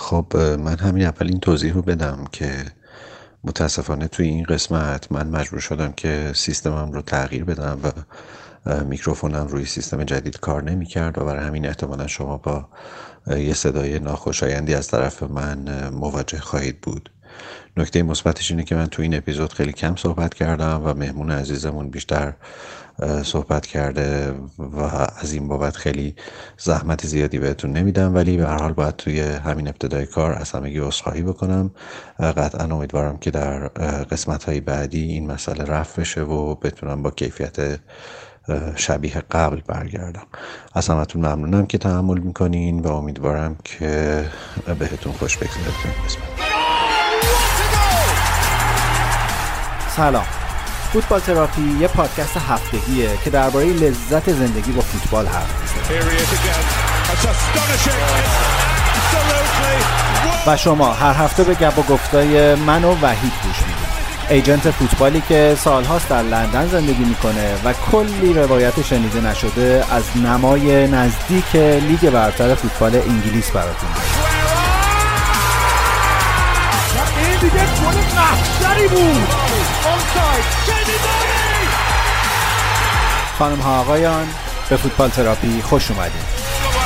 خب من همین اول این توضیح رو بدم که متاسفانه توی این قسمت من مجبور شدم که سیستمم رو تغییر بدم و میکروفونم روی سیستم جدید کار نمی کرد و برای همین احتمالا شما با یه صدای ناخوشایندی از طرف من مواجه خواهید بود. نکته مثبتش اینه که من تو این اپیزود خیلی کم صحبت کردم و مهمون عزیزمون بیشتر صحبت کرده و از این بابت خیلی زحمت زیادی بهتون نمیدم، ولی به هر حال باید توی همین ابتدای کار از همگی عذرخواهی بکنم. قطعا امیدوارم که در قسمت‌های بعدی این مسئله رفع بشه و بتونم با کیفیت شبیه قبل برگردم. از همتون ممنونم که تحمل میکنین و امیدوارم که بهتون خوش بگذره تو این قسمت. سلام. فوتبال تراپی یه پادکست هفتگیه که درباره لذت زندگی با فوتبال حرف میزنه. و شما هر هفته به گپ و گفتای من و وحید گوش میدید. ایجنت فوتبالی که سالهاست در لندن زندگی میکنه و کلی روایت شنیده نشده از نمای نزدیک لیگ برتر فوتبال انگلیس براتون میاره. این دیگه گل محشری بود. آفساید. خانم ها آقایان، به فوتبال تراپی خوش اومدید.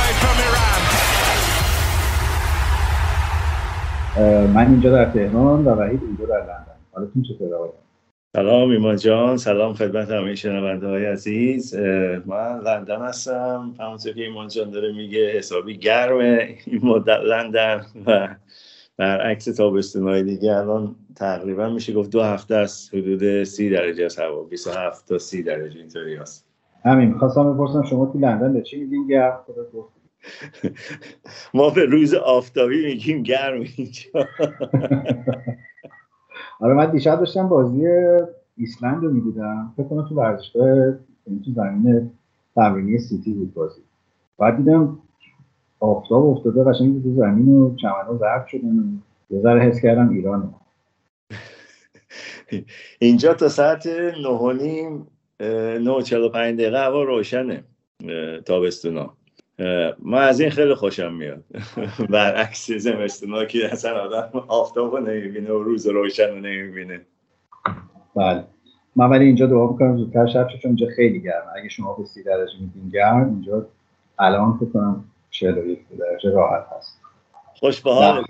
من اینجا در تهران و وحید اینجا در لندن. حالتون چطوره آقایان؟ سلام ایمان جان، سلام خدمت همه شنونده‌های عزیز. من لندن هستم. همونطور که ایمان جان داره میگه حسابی گرمه این مدت لندن و برعکس تابستون‌های دیگه الان تقریبا میشه گفت 2 هفته است حدود 30 درجه است هوا، 27 تا 30 درجه اینطوری است. همین خواستم بپرسم شما تو لندن به چی میگین گرم؟ ما به روز آفتابی میگیم گرم اینجا. آره من دیشب داشتم بازی ایسلند رو میدیدم، فکر کنم تو ورزشگاه تو زمین تمرینی سیتی بود بازی. بعد دیدم آفتاب افتاده قشنگ تو زمین و چمن‌ها زرد شدن و یه ذره حس کردم ایرانه. اینجا تا ساعت 9:45 دقیقه هوا روشنه تابستونا. من از این خیلی خوشم میاد. برعکس زمستونا که اصلا آدم آفتاب رو نمیبینه و روز روشن رو نمیبینه. بله من ولی اینجا دعا میکنم زودتر شب شه، چون اینجا خیلی گرمه. اگه شما به 30 درجه میگین گرم، اینجا الان فکر کنم 41 درجه راحت هست. خوش به حالت.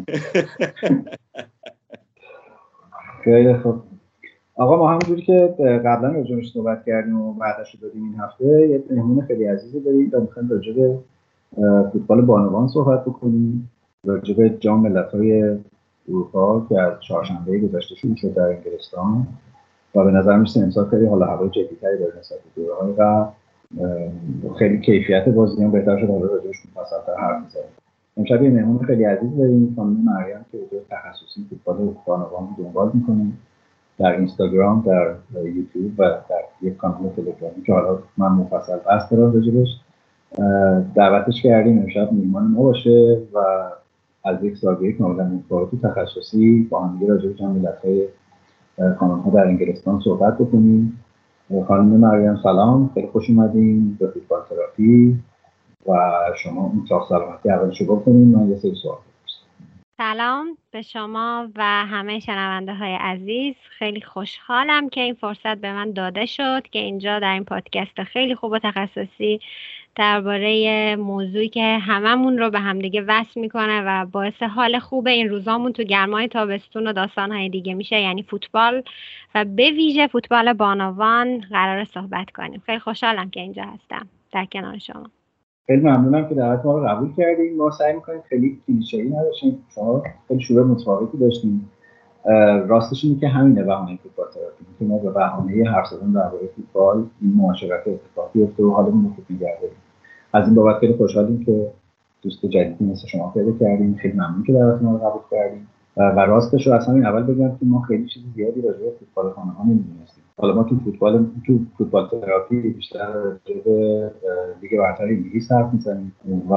خیلی خوب آقا، ما همونجوری که قبلا راجعش صحبت کردیم و بعدش رو دادیم، این هفته یه مهمون خیلی عزیزی داریم و می‌خوایم راجع به فوتبال بانوان صحبت بکنیم، راجع به جام ملت‌های اروپا که از چهارشنبه گذشته شروع شد در انگلستان و به نظر میاد امسال خیلی حالا هوای جدی‌تری داره نسبت به دوره‌های قبل. خیلی کیفیت بازی هم بهتر شده، حالا راجعش مفصل‌تر حرف می‌زنیم. امشب یه مهمون خیلی عزیز داریم، خانم مریم که به تخصصی فوتبال بانوان دنبال می‌کنه در اینستاگرام، در یوتیوب و در یک کانال تلگرامی که حالا من مفصل بحث دارم راجبش. دعوتش کردیم امشب میهمان ما باشه و از یک سالگرد کاملا متفاوت تخصصی با هم دیگه راجع به جام ملت‌های کانون‌ها در انگلستان صحبت بکنیم. خانم مریم سلام، خیلی خوش اومدین به فوتبال تراپی و شما اون چهار سلامتی اولشو بکنیم. من یه سری سوال سلام به شما و همه شنونده های عزیز. خیلی خوشحالم که این فرصت به من داده شد که اینجا در این پادکست خیلی خوب و تخصصی درباره موضوعی که هممون رو به همدیگه وصل میکنه و باعث حال خوب این روزامون تو گرمای تابستون و داستانهای دیگه میشه، یعنی فوتبال و به ویژه فوتبال بانوان قرار صحبت کنیم. خیلی خوشحالم که اینجا هستم در کنار شما. خیلی ممنونم که دعوت ما رو قبول کردیم. ما سعی می‌کنیم خیلی کلیشه‌ای نباشیم. شما خیلی شروع متفاوتی داشتیم. راستش اینه که همینه بهانه فوتبال تراپی، که ما به بهانه حرف زدن درباره فوتبال این معاشرت اتفاق بیفته و حالمون رو خوب نگه. از این بابت خیلی خوشحالیم که دوست جدیدی مثل شما پیدا کردیم. خیلی ممنون که دعوت ما رو قبول کردیم و راستش رو از همین اول بگم که ما خیلی چیز زیادی راجع به فوتبال خانه‌ها نمی‌دونستیم. حالا ما تو فوتبال تراپی بیشتر راجع به لیگ برتر انگلیس حرف می‌زنیم و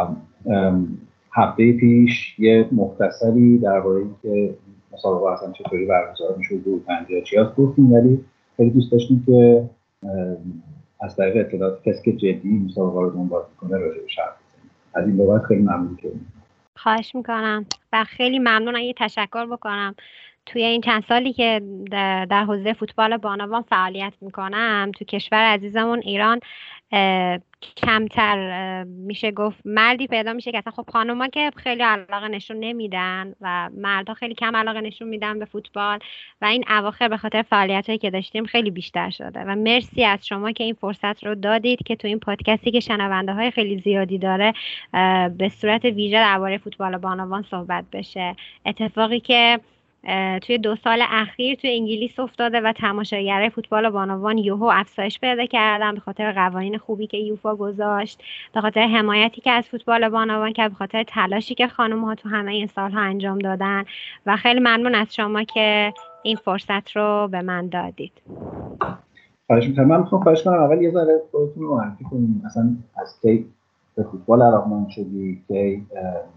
هفته پیش یه مختصری درباره اینکه مسابقه اصلا چطوری برگزار می‌شد و پنجه‌چیات گفتیم، ولی خیلی دوست داشتیم که از طریق اطلاعات کسی که جدی مسابقه رو دنبال می‌کنه راجع بهش حرف بزنیم. از این بابت خیلی ممنون که خواهش میکنم و خیلی ممنونم. یه تشکر بکنم توی این چند سالی که در حوزه فوتبال بانوان فعالیت میکنم تو کشور عزیزمون ایران کمتر میشه گفت مردی پیدا میشه که اصلا خب خانوما که خیلی علاقه نشون نمیدن و مردها خیلی کم علاقه نشون میدن به فوتبال و این اواخر به خاطر فعالیتایی که داشتیم خیلی بیشتر شده و مرسی از شما که این فرصت رو دادید که تو این پادکستی که شنونده های خیلی زیادی داره به صورت ویژه درباره فوتبال بانوان صحبت بشه. اتفاقی که توی 2 سال اخیر توی انگلیس افتاده و تماشاگرای فوتبال بانوان یهو افزایش پیدا کردن به خاطر قوانین خوبی که یوفا گذاشت، به خاطر حمایتی که از فوتبال بانوان کرد، به خاطر تلاشی که خانم‌ها تو همه این سال‌ها انجام دادن و خیلی ممنون از شما که این فرصت رو به من دادید. خواهش می‌کنم. من می‌خوام خواهش کنم اول یه ذره خودتون رو معرفی کنید. مثلا از کی به فوتبال علاقه‌مند شدی، کی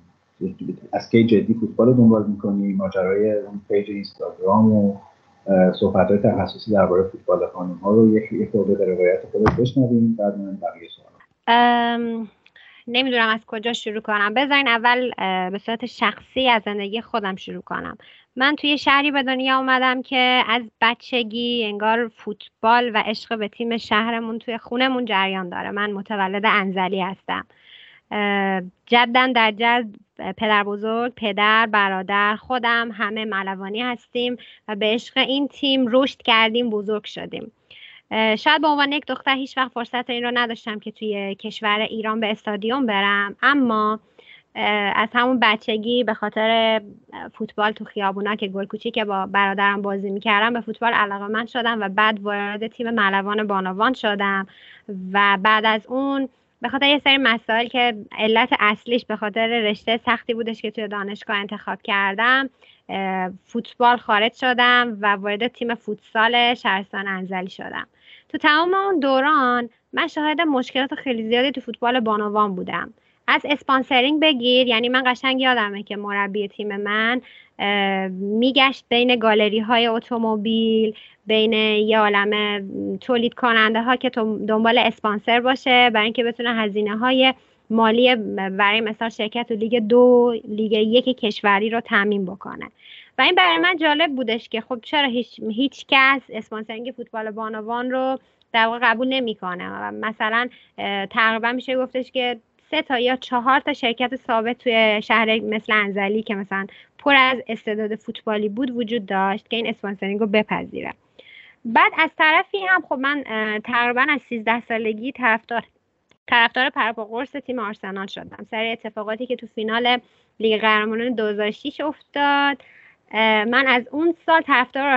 از کی جدی فوتبال دنبال میکنی، ماجرای اون پیج اینستاگرام و صحبت‌های تخصصی درباره فوتبال خانم‌ها رو یک خورده به روایت خودت بشنویم، بعد من بقیه سوالا. نمیدونم از کجا شروع کنم. بذارین اول به صورت شخصی از زندگی خودم شروع کنم. من توی شهری به دنیا اومدم که از بچگی انگار فوتبال و عشق به تیم شهرمون توی خونمون جریان داره. من متولد انزلی هستم. جدن در جد، پدر بزرگ، پدر، برادر، خودم همه ملوانی هستیم و به عشق این تیم رشد کردیم، بزرگ شدیم. شاید به عنوان یک دختر هیچ وقت فرصت این رو نداشتم که توی کشور ایران به استادیوم برم، اما از همون بچگی به خاطر فوتبال تو خیابونا که گل کوچیک با برادرم بازی میکردم به فوتبال علاقه‌مند شدم و بعد وارد تیم ملوان بانوان شدم و بعد از اون به خاطر یه سری مسائل که علت اصلیش به خاطر رشته سختی بودش که توی دانشگاه انتخاب کردم فوتبال خارج شدم و وارد تیم فوتسال شهرستان انزلی شدم. تو تمام اون دوران من شاهد مشکلات خیلی زیادی تو فوتبال بانوان بودم. از اسپانسرینگ بگیر، یعنی من قشنگ یادمه که مربی تیم من میگشت بین گالری های اتومبیل، بین یه عالمه تولید کننده ها که دنبال اسپانسر باشه برای اینکه بتونه هزینه های مالی برای مثلا شرکت لیگ 2 لیگ 1 کشوری رو تامین بکنه و این برای من جالب بودش که خب چرا هیچ کس اسپانسرینگ فوتبال بانوان رو در واقع قبول نمیکنه و مثلا تقریبا میشه گفتش که 3 تا یا 4 تا شرکت ثابت توی شهر مثل انزلی که مثلا پر از استعداد فوتبالی بود وجود داشت که این اسپانسرینگ رو بپذیره. بعد از طرفی هم خب من تقریبا از 13 سالگی طرفدار پرپاقرص تیم آرسنال شدم. سر اتفاقاتی که تو فینال لیگ قهرمانان 2006 افتاد من از اون سال طرفدار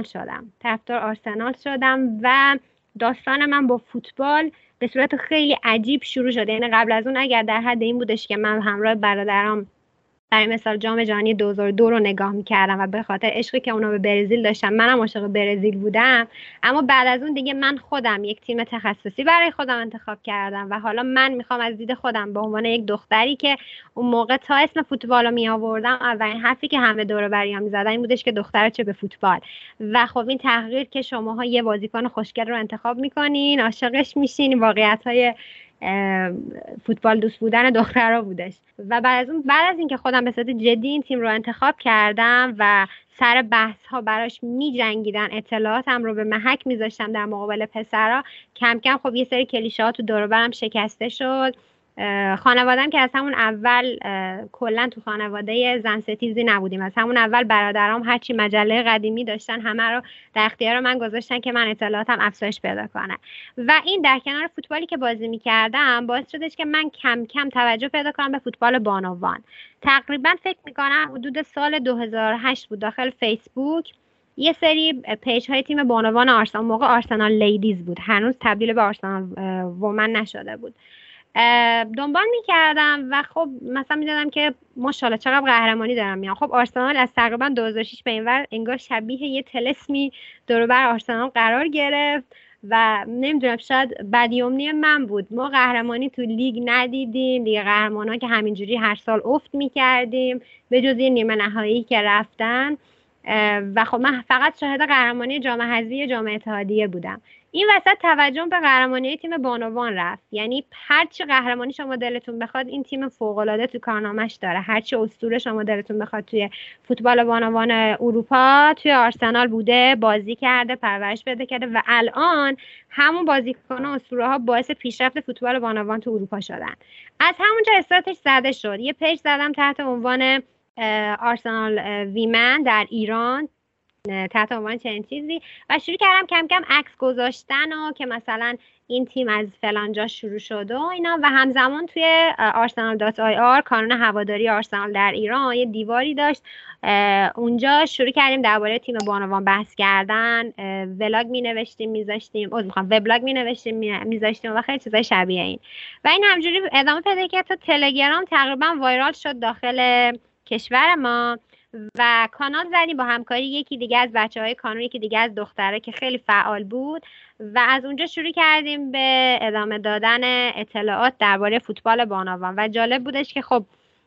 آرسنال شدم و داستان من با فوتبال به صورت خیلی عجیب شروع شده. یعنی قبل از اون اگر در حد این بودش که من همراه برادرام برای مثال جام جهانی 2002 رو نگاه می‌کردم و به خاطر عشقی که اونا به برزیل داشتن منم عاشق برزیل بودم، اما بعد از اون دیگه من خودم یک تیم تخصصی برای خودم انتخاب کردم و حالا من میخوام از دید خودم به عنوان یک دختری که اون موقع تا اسم فوتبال رو میآوردم اولین حرفی که همه دور و بریام می‌زدن این بودش که دختر چه به فوتبال. و خب این تحقیر که شماها یه بازیکن خوشگل رو انتخاب می‌کنین، عاشقش میشین، واقعیت‌های فوتبال دوست بودن دخترها بودش. و بعد از اینکه خودم به صورت جدی این تیم رو انتخاب کردم و سر بحث ها براش می جنگیدن، اطلاعاتم رو به محک می ذاشتم در مقابل پسرها، کم کم خب یه سری کلیشه ها تو دور و برم شکسته شد. خانواده‌ام که از همون اول کلا تو خانواده زن ستیزی نبودیم، از همون اول برادرام هرچی مجله قدیمی داشتن همه رو در اختیار من گذاشتن که من اطلاعاتم افزایش پیدا کنه و این در کنار فوتبالی که بازی می‌کردم باعث شدش که من کم کم توجه پیدا کنم به فوتبال بانوان. تقریبا فکر می‌کنم حدود سال 2008 بود داخل فیسبوک یه سری پیج های تیم بانوان آرسنال، موقع آرسنال لیدیز بود، هنوز تبدیل به آرسنال وومن نشده بود، دنبال میکردم و خب مثلا میدادم که ماشاءالله چقدر قهرمانی دارم میام. خب آرسنال از تقریبا 2006 به این ور انگار شبیه یه طلسمی دور و بر آرسنال قرار گرفت و نمیدونم شاید بدیومنی من بود، ما قهرمانی تو لیگ ندیدیم، لیگ قهرمانان که همینجوری هر سال افت میکردیم به جز یه نیمه نهایی که رفتن و خب من فقط شاهد قهرمانی جام حذفی جام اتحادیه بودم این وسط توجه به قهرمانی تیم بانوان رفت. یعنی هر چی قهرمانی شما دلتون بخواد این تیم فوق‌العاده تو کارنامه‌اش داره، هر چی اسطوره شما دلتون بخواد توی فوتبال بانوان اروپا توی آرسنال بوده، بازی کرده، پرورش پیدا کرده و الان همون بازیکن‌ها اسطوره‌ها باعث پیشرفت فوتبال بانوان تو اروپا شدن. از همونجا استارتش زده شد. یه پیج زدم تحت عنوان آرسنال ویمن در ایران، تحت عنوان چنین چیزی، و شروع کردم کم کم عکس گذاشتن و که مثلا این تیم از فلان جا شروع شده و اینا، و همزمان توی arsenal.ir کانون هواداری آرسنال در ایران یه دیواری داشت، اونجا شروع کردیم درباره تیم بانوان بحث کردن، ولاگ می‌نوشتیم می‌ذاشتیم، وبلاگ می‌نوشتیم می‌ذاشتیم و خیلی چیزای شبیه این، و این همجوری ادامه پیدا کرد تا تلگرام تقریبا وایرال شد داخل کشور ما و کانال زدیم با همکاری یکی دیگه از بچه‌های کانون، یکی دیگه از دختره که خیلی فعال بود، و از اونجا شروع کردیم به ادامه دادن اطلاعات درباره فوتبال بانوان. و جالب بودش که خب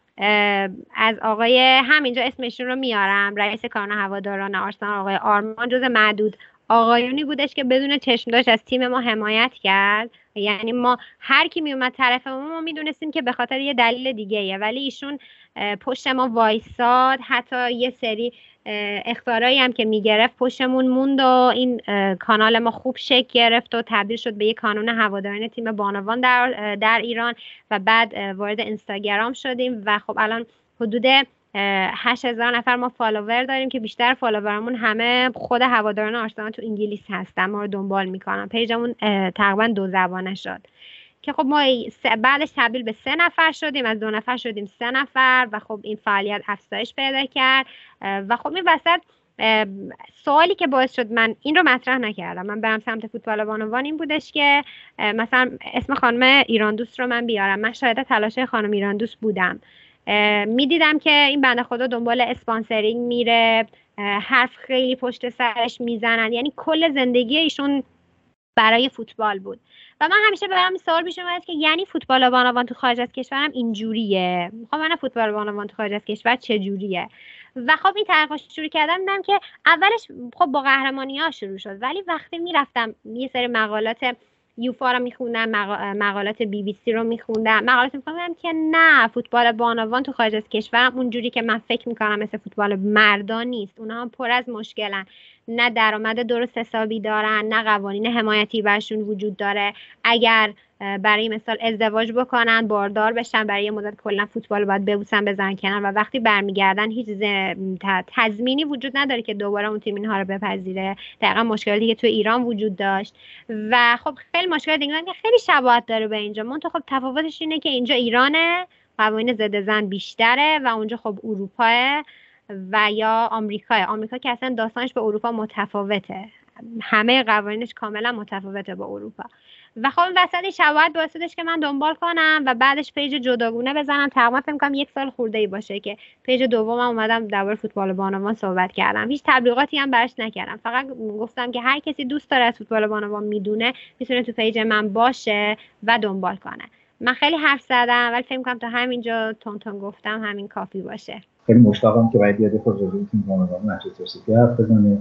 از آقای همینجا اسمشون رو میارم، رئیس کانون هواداران آرسنال آقای آرمان، جز معدود آقایونی بودش که بدون چشم داشت از تیم ما حمایت کرد. یعنی ما هر کی میومد طرف ما میدونستیم که به خاطر یه دلیل دیگه‌ایه، ولی ایشون پشت ما وایساد، حتی یه سری اخطارایی هم که میگرفت پشتمون موند و این کانال ما خوب شکل گرفت و تبدیل شد به یه کانون هواداران تیم بانوان در ایران، و بعد وارد اینستاگرام شدیم و خب الان حدود 8,000 نفر ما فالوور داریم که بیشتر فالوورمون همه خود هواداران آرسنال تو انگلیس هستن، ما رو دنبال میکنن. پیجمون تقریبا 2 زبانه شد که خب ما بعدش تبدیل به 3 نفر شدیم، از 2 نفر شدیم 3 نفر و خب این فعالیت افزایش پیدا کرد. و خب این وسط سوالی که باعث شد من این رو مطرح نکردم من برم سمت فوتبال بانوان این بودش که مثلا اسم خانم ایراندوست رو من بیارم، من شاهد تلاش خانم ایراندوست بودم، میدیدم که این بنده خدا دنبال اسپانسرینگ میره، حرف خیلی پشت سرش میزنن، یعنی کل زندگی ایشون برای فوتبال بود و من همیشه برام این سوال پیش اومد که یعنی فوتبال بانوان تو خارج از کشورم اینجوریه، خب من فوتبال بانوان تو خارج از کشور چه جوریه؟ و خب این تحقیقات شروع کردم، دیدم که اولش خب با قهرمانی‌ها شروع شد، ولی وقتی میرفتم یه سری مقالات یوفا رو میخوندم، مقالات بی بی سی رو میخوندم، مقالات میخوندم که نه، فوتبال بانوان تو خارج از کشورم اونجوری که من فکر میکنم مثل فوتبال مردان نیست، اونها هم پر از مشکلن، نه درآمد درست حسابی دارن، نه قوانین حمایتی برشون وجود داره، اگر برای مثال ازدواج بکنن باردار بشن برای یه مدت کلا فوتبال باید ببوسن بزنن کنار و وقتی برمیگردن هیچ تضمینی وجود نداره که دوباره اون تیم اینها رو بپذیره. دقیقاً مشکلاتی که تو ایران وجود داشت و خب خیلی مشکلات دیگه که خیلی شباهت داره به اینجا، منتها خب تفاوتش اینه که اینجا ایرانه، قوانین ضد زن بیشتره و اونجا خب اروپاه و یا آمریکا که اصلا داستانش به اروپا متفاوته، همه قوانینش کاملا متفاوته با اروپا و خب این وسط شواهد باعث شدش که من دنبال کنم و بعدش پیج جداگونه بزنم. تقریبا فکر می‌کنم 1 سال خورده‌ای باشه که پیج دومم اومدم درباره فوتبال بانوان صحبت کردم، هیچ تبلیغاتی هم براش نکردم، فقط گفتم که هر کسی دوست داره از فوتبال بانوان میدونه میتونه تو پیج من باشه و دنبال کنه. من خیلی حرف زدم ولی فکر می‌کنم تا همینجا تون گفتم همین کافی باشه. خیلی مشتاقم که باید یاد خود روی تیم بانوان منچستر سیتی حرف بزنه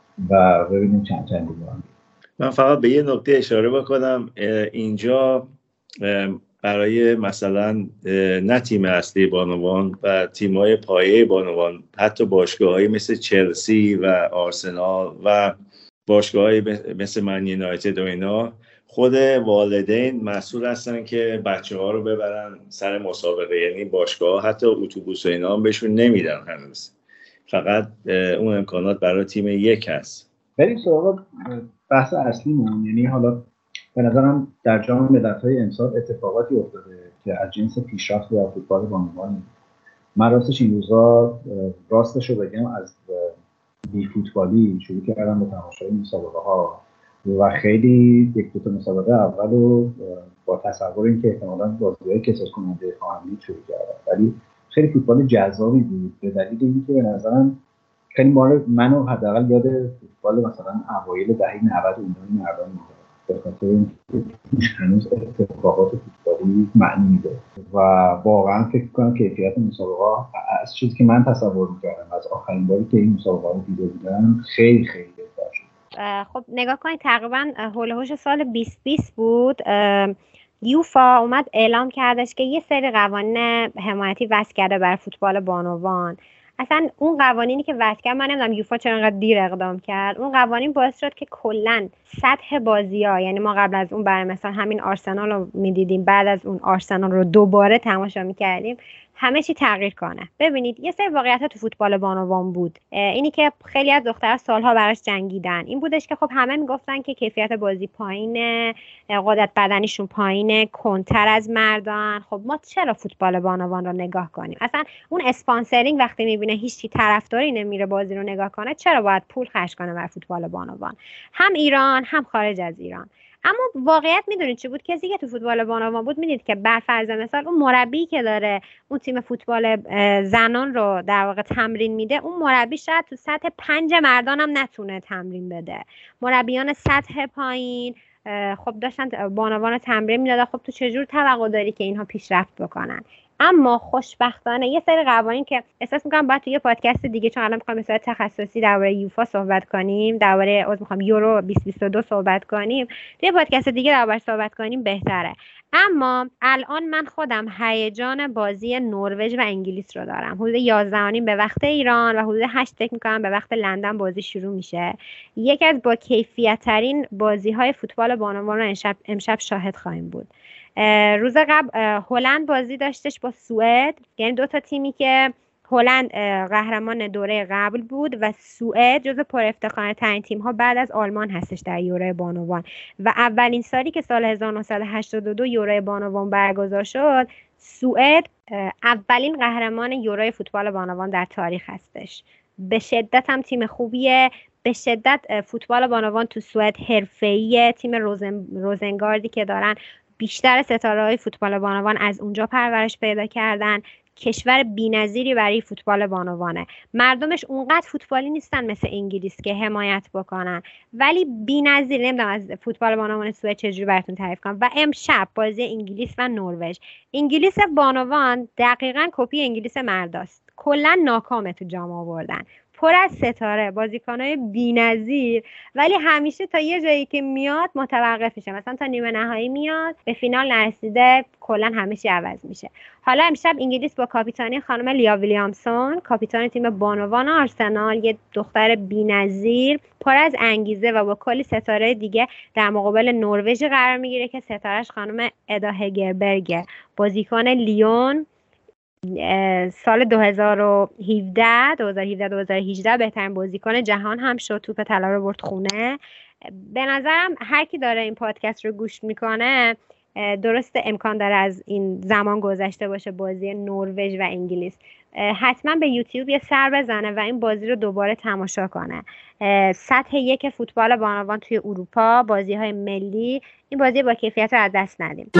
و ببینیم چند دیگه. من فقط به یه نکته اشاره بکنم، اینجا برای مثلا نه تیم اصلی بانوان و تیم‌های پایه بانوان، حتی باشگاه‌هایی مثل چلسی و آرسنال و باشگاه‌هایی مثل من یونایتد و اینا، خود والدین مسئول هستن که بچه‌ها رو ببرن سر مسابقه، یعنی باشگاه‌ها حتی اتوبوس و اینا هم بهشون نمیدن هنوز، فقط اون امکانات برای تیم یک هست. بریم سراغ بحث اصلیمون، یعنی حالا به نظرم در جام ملت‌های امسال اتفاقاتی افتاده که از جنس پیشرفت در فوتبال بانوان. من راستش این روزا راستش رو بگم از بی فوتبالی شروع کردم به تماشای مسابقه‌ها و خیلی 1-2 تا مسابقه اولو با تصور اینکه احتمالاً بازی‌های کساد کننده خواهم دید شروع کردم، ولی خیلی فوتبال جذابی بود به دلیل اینکه به نظرم خیلی منو حداقل یاد فوتبال مثلا اوایل دهه 90 اونجای مردان می‌داد، به خاطر اینکه هنوز اتفاقات فوتبالی معنی میده و واقعا فکر کنم کیفیت مسابقه از چیزی که من تصور می‌کردم از آخرین باری که این مسابقه رو دیده بودم خیلی خیلی بهتر شد. خب نگاه کنید تقریبا هول و هوش سال 2020 بود، یوفا اومد اعلام کردش که یه سری قوانین حمایتی وضع کرده برای فوتبال بانوان. اصلا اون قوانینی که وضع کرد، من نمیدونم یوفا چرا انقدر دیر اقدام کرد، اون قوانین باعث شد که کلا سطح بازی‌ها، یعنی ما قبل از اون برای مثلا همین آرسنال رو می‌دیدیم، بعد از اون آرسنال رو دوباره تماشا می‌کردیم، همه چی تغییر کنه. ببینید یه سری واقعیت‌ها تو فوتبال بانوان بود، اینی که خیلی از دخترها سالها براش جنگیدن، این بودش که خب همه میگفتن که کیفیت بازی پایینه، قدرت بدنیشون پایینه، کنتر از مردان. خب ما چرا فوتبال بانوان رو نگاه کنیم؟ اصلا اون اسپانسرینگ وقتی میبینه هیچ طرفداری نمیره بازی رو نگاه کنه، چرا باید پول خرج کنه برای فوتبال بانوان، هم ایران هم خارج از ایران؟ اما واقعیت میدونید چی بود؟ کسی که تو فوتبال بانوان بود، میدید که بر فرض مثال اون مربی که داره اون تیم فوتبال زنان رو در واقع تمرین میده، اون مربی شاید تو سطح 5 مردان هم نتونه تمرین بده. مربیان سطح پایین خب داشتن بانوان رو تمرین میدادن، خب تو چجور توقع داری که اینها پیشرفت بکنن؟ اما خوشبختانه یه سری قوانین که احساس میکنم باید توی یه پادکست دیگه، چون الان میخوایم مثلا تخصصی درباره یوفا صحبت کنیم، درباره یورو 2022 صحبت کنیم، توی پادکست دیگه درباره صحبت کنیم بهتره. اما الان من خودم هیجان بازی نروژ و انگلیس رو دارم. حدود 11 به وقت ایران و حدود 8 فکر میکنم به وقت لندن بازی شروع میشه. یکی از با کیفیت ترین بازی های فوتبال بانوان رو امشب شاهد خواهیم بود. روز قبل هلند بازی داشتش با سوئد، یعنی 2 تا تیمی که هلند قهرمان دوره قبل بود و سوئد جزو پر افتخار ترین تیم ها بعد از آلمان هستش در یورو بانوان و اولین سالی که سال 1982 یورو بانوان برگزار شد، سوئد اولین قهرمان یورو فوتبال بانوان در تاریخ هستش. به شدت هم تیم خوبیه، به شدت فوتبال بانوان تو سوئد حرفه‌ایه. تیم روزنگاردی که دارن، بیشتر ستاره‌های فوتبال بانوان از اونجا پرورش پیدا کردن. کشور بی‌نظیری برای فوتبال بانوانه. مردمش اونقدر فوتبالی نیستن مثل انگلیس که حمایت بکنن، ولی بی‌نظیر. نمیدونم از فوتبال بانوان سوئد چجوری براتون تعریف کنم. و امشب بازی انگلیس و نروژ. انگلیس بانوان دقیقاً کپی انگلیس مرداست. کلا ناکامه تو جام آوردن، پر از ستاره، بازیکنای بی‌نظیر، ولی همیشه تا یه جایی که میاد متوقف میشه. مثلا تا نیمه نهایی میاد، به فینال نرسیده، کلا همه چی عوض میشه. حالا امشب انگلیس با کاپیتانی خانم لیا ویلیامسون، کاپیتان تیم بانوان آرسنال، یه دختر بی‌نظیر پر از انگیزه و با کلی ستاره دیگه در مقابل نروژ قرار میگیره که ستارهش خانم ادا هگربرگ، بازیکن لیون، سال 2017 بهترین بازیکن جهان هم شد، توپ طلا رو برد خونه. به نظرم هر کی داره این پادکست رو گوش میکنه، درسته امکان داره از این زمان گذشته باشه بازی نروژ و انگلیس، حتما به یوتیوب یه سر بزنه و این بازی رو دوباره تماشا کنه. سطح 1 فوتبال بانوان توی اروپا، بازی‌های ملی، این بازی با کیفیت رو از دست ندیم.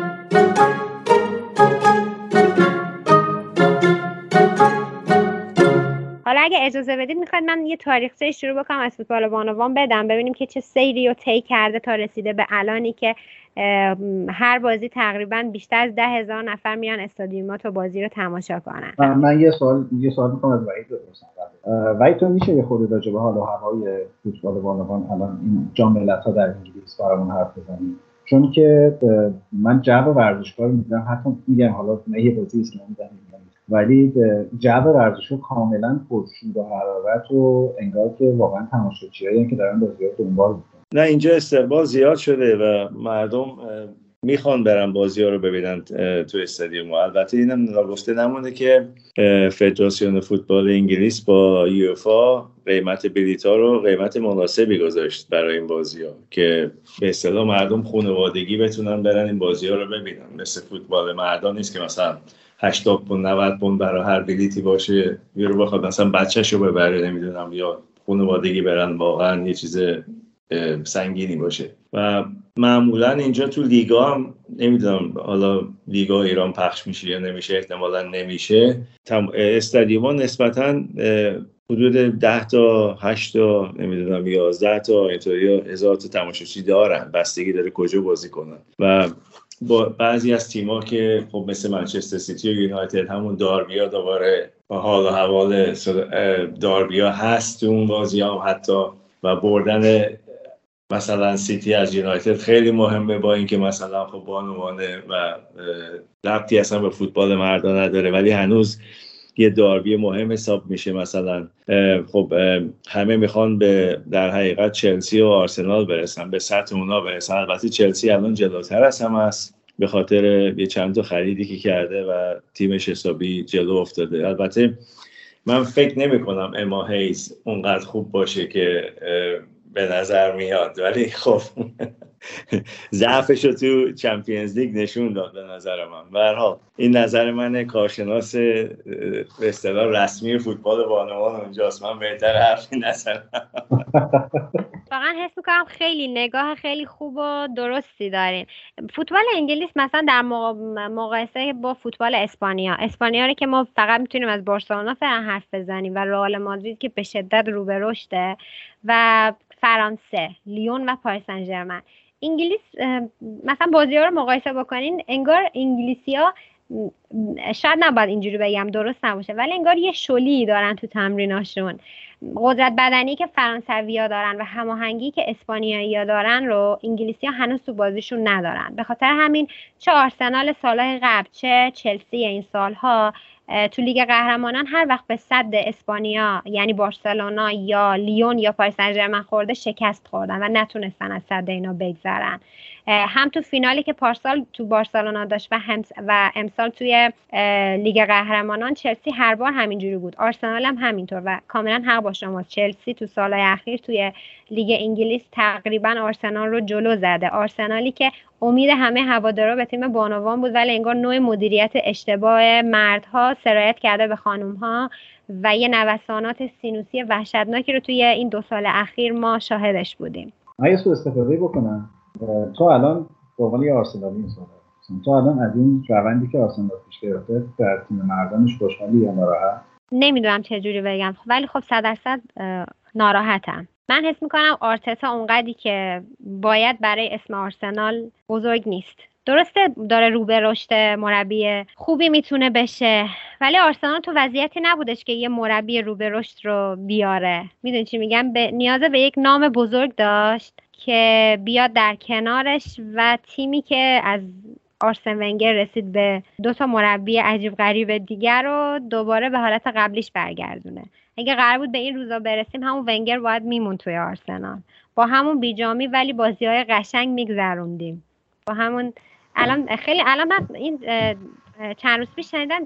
حالا اگه اجازه بدید میخواید من یه تاریخچه شروع بکنم از فوتبال بانوان بدم، ببینیم که چه سیری رو طی کرده تا رسیده به الانی که هر بازی تقریبا بیشتر از 10,000 نفر میان استادیومات و بازی رو تماشا کنن. من یه سوال میخوام از وحید بپرسم. وحید تو میشه یه خورده راجع به حال و هوای فوتبال بانوان الان این جام ملت‌ها در انگلیس برامون حرف بزنید؟ چون که من جو ورزشگاه رو می‌دونم، حتی میگم حالا نه یه بازی اسلامی می‌دونم، ولی جو ورزشگاه کاملا پرشور و حرارت و انگار که واقعا تماشاچیایی که دارن بازی‌ها دنبال می‌کنن. نه اینجا استقبال زیاد شده و مردم میخوان برن بازی‌ها رو ببینن تو استادیوم. البته اینم نگفته نمونه که فدراسیون فوتبال انگلیس با یوفا قیمت بلیط‌ها رو قیمت مناسبی گذاشت برای این بازی‌ها که به اصطلاح مردم خانوادگی بتونن برن این بازی‌ها رو ببینن. مثل فوتبال مردان نیست که مثلا 80 پوند 90 پوند برای هر بلیتی باشه، یارو بخواد مثلا بچه‌شو ببره، نمیدونم، یا خانوادگی برن، واقعا یه چیز سنگینی باشه. و معمولا اینجا تو لیگا هم نمیدونم حالا لیگا ایران پخش میشه یا نمیشه، احتمالا نمیشه، استادیوم نسبتا حدود 10 تا 8 تا نمیدونم 11 تا اینطوری 1000 تا تماشاچی دارن، بستگی داره کجا بازی کنن. و با بعضی از تیم‌ها که خب مثل منچستر سیتی و یونایتد همون داربی‌ها دوباره با حال و حوال داربی‌ها هست، اون بازی‌ها حتی و بردن مثلا سیتی از یونایتد خیلی مهمه، با اینکه مثلا خب بانوانه و ربطی اصلا به فوتبال مردا نداره، ولی هنوز یه داربی مهم حساب میشه. مثلا خب همه میخوان به در حقیقت چلسی و آرسنال برسن، به سطح اونا برسن. البته چلسی الان جلوتر از همه است به خاطر یه چند تا خریدی که کرده و تیمش حسابی جلو افتاده. البته من فکر نمی کنم اما هیز اونقدر خوب باشه که به نظر میاد، ولی خب ضعفش رو تو چمپیونز لیگ نشون داد به نظر من. به هر حال این نظر من کارشناس به اصطلاح رسمی فوتبال بانوان اونجاست، من بهتر حرفی نزنم. واقعا حس میکنم خیلی نگاه خیلی خوب و درستی دارین. فوتبال انگلیس مثلا در مقایسه با فوتبال اسپانیا رو که ما فقط میتونیم از بارسلونا فعلا حرف بزنیم و رئال مادرید که به شدت رو به رشده، و فرانسه، لیون و پاریس سن ژرمن. انگلیس مثلا بازی‌ها رو مقایسه بکنین، انگار انگلیسی‌ها، شاید نباید اینجوری بگم درست نباشه، ولی انگار یه شلی دارن تو تمریناشون. قدرت بدنی که فرانسوی‌ها دارن و هماهنگی که اسپانیایی‌ها دارن رو انگلیسی‌ها هنوز تو بازیشون ندارن. به خاطر همین چه آرسنال سالهای قبل چه چلسی این سالها تو لیگ قهرمانان هر وقت به سد اسپانیا یعنی بارسلونا یا لیون یا پاریس سن ژرمن خورده شکست خوردن و نتونستن از سد اینا بگذرن. هم تو فینالی که پارسال تو بارسلونا داشت و امسال توی لیگ قهرمانان چلسی هر بار همینجوری بود، آرسنال هم همینطور. و کاملا حق با شماست، چلسی تو سالهای اخیر توی لیگ انگلیس تقریبا آرسنال رو جلو زده. آرسنالی که امید همه هوادارا به تیم بانوان بود، ولی انگار نوع مدیریت اشتباه مردها سرایت کرده به خانومها و یه نوسانات سینوسی وحشتناکی رو توی این 2 سال اخیر ما شاهدش بودیم. من یه سوء استفاده بکنم. تو الان به عنوان یه آرسنالی مثلا تو الان از این روندی که آرسنال پیش گرفته در تیم مردانش خوشحالی یا ناراحت؟ نمیدونم چه جوری بگم، ولی خب 100% ناراحتم. من حس میکنم آرتتا اونقدری که باید برای اسم آرسنال بزرگ نیست. درسته داره رو به رشد، مربی خوبی میتونه بشه، ولی آرسنال تو وضعیتی نبودش که یه مربی رو به رشد رو بیاره. میدونی چی میگم؟ نیاز به یک نام بزرگ داشت که بیاد در کنارش و تیمی که از آرسن ونگر رسید به 2 تا مربی عجیب غریب دیگر رو دوباره به حالت قبلیش برگردونه. اگه قرار بود به این روزا برسیم، همون ونگر باید میمون توی آرسنال، با همون بیجامی ولی بازی‌های قشنگ میگذروندیم، با همون الان من این چند روز پیش شنیدم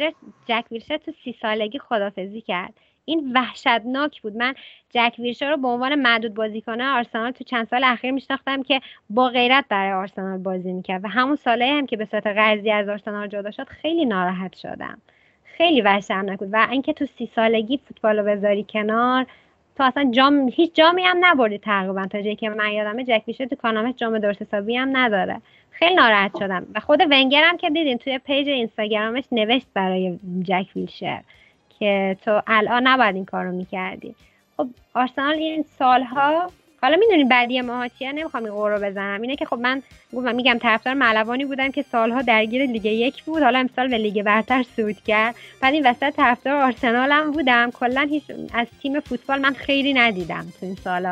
جک ویلشر تو 30 سالگی خدافظی کرد. این وحشتناک بود. من جک ویلشر رو به عنوان معدود بازیکن آرسنال تو چند سال اخیر میشناختم که با غیرت برای آرسنال بازی میکرد و همون سالایی هم که به صورت قرضی از آرسنال جدا شد خیلی ناراحت شدم. خیلی وحشتناک بود. و اینکه تو 30 سالگی فوتبالو بذاری کنار، تو اصلا هیچ جامی هم نبردی تقریبا تا جایی که من یادمه. جک ویلشر تو کانامش جام درست حسابی هم نداره. خیلی ناراحت شدم. و خود ونگر هم که دیدین توی پیج اینستاگرامش نوشت برای جک ویلشر که تو الان نباید این کارو میکردی. خب آرسنال این سالها، حالا میدونین بعدی ماها چیه، نمیخوام این قورو بزنم، اینه که خب من میگم طرفدار ملوانی بودم که سالها درگیر لیگ 1 بود، حالا امسال به لیگ برتر صعود کرد. بعد این وسط طرفدار آرسنال هم بودم. کلا هیچ از تیم فوتبال من خیلی ندیدم تو این سالا.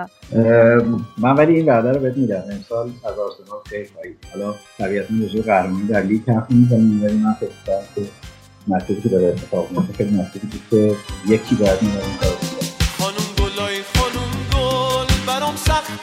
من ولی این وعده رو بهت میدم، امسال از آرسنال خیلی خواهید. حالا طبیعتاً رجوع قهرمانی در لیگ حرف می‌زنیم، ولی من فکر می‌کنم که مسئله که داره اتفاق میفته خیلی مسئله که یکی باید این کارو کنه. خانم گلای خانم گل برام سخت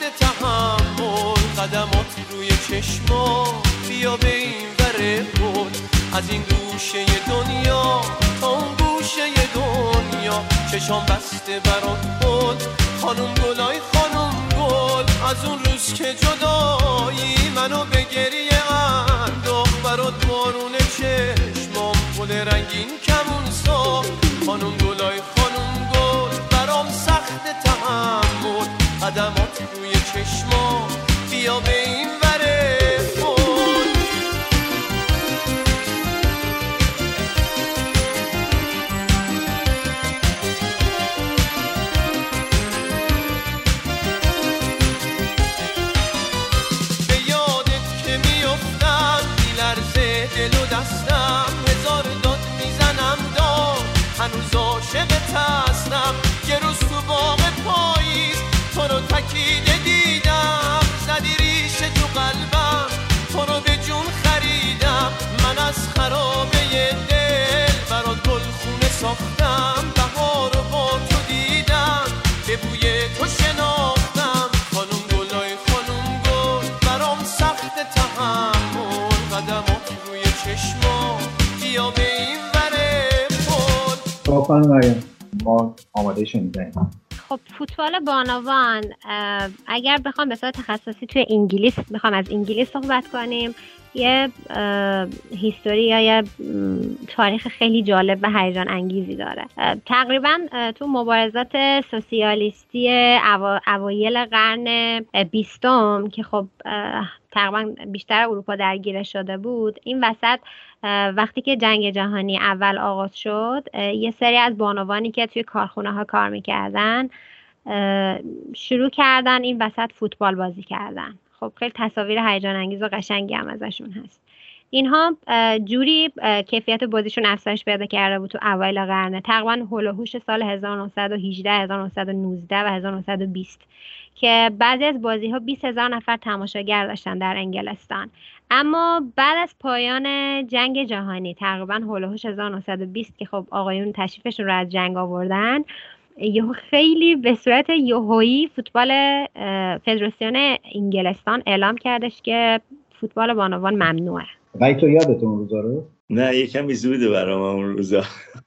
تحمل، قدمات روی چشما بیا به این وره گل، از این گوشه دنیا تا اون گوشه دنیا چشام بسته برات گل. خانم گلای خانم گل از اون روز که جدایی منو به گریه انداخت، برات بارون چشمام گل رنگین کمون ساخت. خانم گلای خانم گل برام سخت تحمل، قدمات روی چشمام بیا به این وره گل. به یادت که میافتم میلرزه دل و دستم، هزار داد میزنم داد هنوز عاشقت هستم. یه روز تو باغ پاییز تو رو چکیده دیدم، زدی ریش تو قلبم، تو رو به جون خریدم. من از خرابه دل برات گلخونه ساختم، بهار رو با تو دیدم، به بوی تو شناختم. خانوم گلای خانوم گل، برام سخت تحمل، قدمات روی چشما بیا به این وره پل. خانم مریم ما آماده شنیدنیم. خب فوتبال بانوان، اگر بخوام به صورت تخصصی توی انگلیس بخوام از انگلیس صحبت کنیم، یه هیستوری یا یه تاریخ خیلی جالب و هیجان انگیزی داره. تقریبا تو مبارزات سوسیالیستی اوایل قرن 20 که خب تقریبا بیشتر اروپا درگیر شده بود، این وسط وقتی که جنگ جهانی اول آغاز شد، یه سری از بانوانی که توی کارخونه ها کار میکردن شروع کردن این وسط فوتبال بازی کردن. خب خیلی تصاویر هیجان انگیز و قشنگی هم ازشون هست. اینها جوری کیفیت بازیشون افزایش پیدا کرده بود تو اوایل قرن، تقریبا هول و هوش سال 1918 1919 و 1920 که بعضی از بازی‌ها 20,000 نفر تماشاگر داشتن در انگلستان. اما بعد از پایان جنگ جهانی تقریبا هول و هوش 1920 که خب آقایون تشریفشون رو از جنگ آوردن، خیلی به صورت یهویی فوتبال فدراسیون انگلستان اعلام کردش که فوتبال بانوان ممنوعه. ولی تو یادتون اون روزا رو؟ نه یکمی زوده برام اون روزا.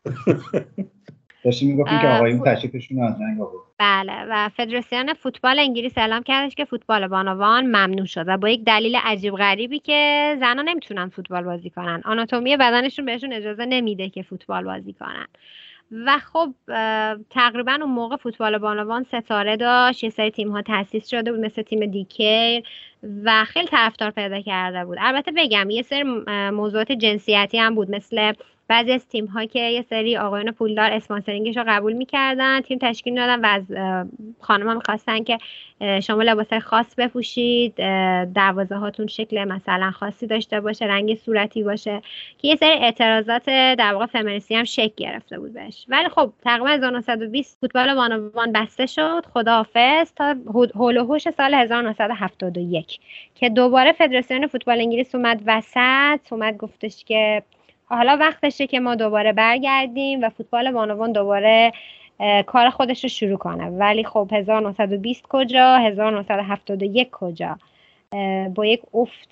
داشتیم میگفتیم که آقایون تشریفشون رو از جنگ آورد. بله، و فدراسیون فوتبال انگلیس اعلام کردش که فوتبال بانوان ممنوع شد و با یک دلیل عجیب غریبی که زنان نمیتونن فوتبال بازی کنن، آناتومی بدنشون بهشون اجازه نمیده که فوتبال بازی کنن. و خب تقریبا اون موقع فوتبال بانوان ستاره داشت، یه سری تیم ها تأسیس شده بود مثل تیم دیکیر و خیلی طرفدار پیدا کرده بود. البته بگم یه سری موضوعات جنسیتی هم بود، مثل بعضی از تیم ها که یه سری آقایون پولدار اسپانسرینگش رو قبول میکردن، تیم تشکیل دادن و از خانم‌ها میخواستن که شما لباسای خاص بپوشید، دروازه هاتون شکل مثلا خاصی داشته باشه، رنگ صورتی باشه، که یه سری اعتراضات در واقع فمینیستی هم شکل گرفته بود بهش. ولی خب تقریبا 1920 فوتبال بانوان بسته شد، خداحافظ، تا هول و هوش سال 1971 که دوباره فدراسیون فوتبال انگلیس اومد وسط، اومد گفتش که حالا وقتشه که ما دوباره برگردیم و فوتبال بانوان دوباره کار خودش رو شروع کنه. ولی خب 1920 کجا، 1971 کجا، با یک افت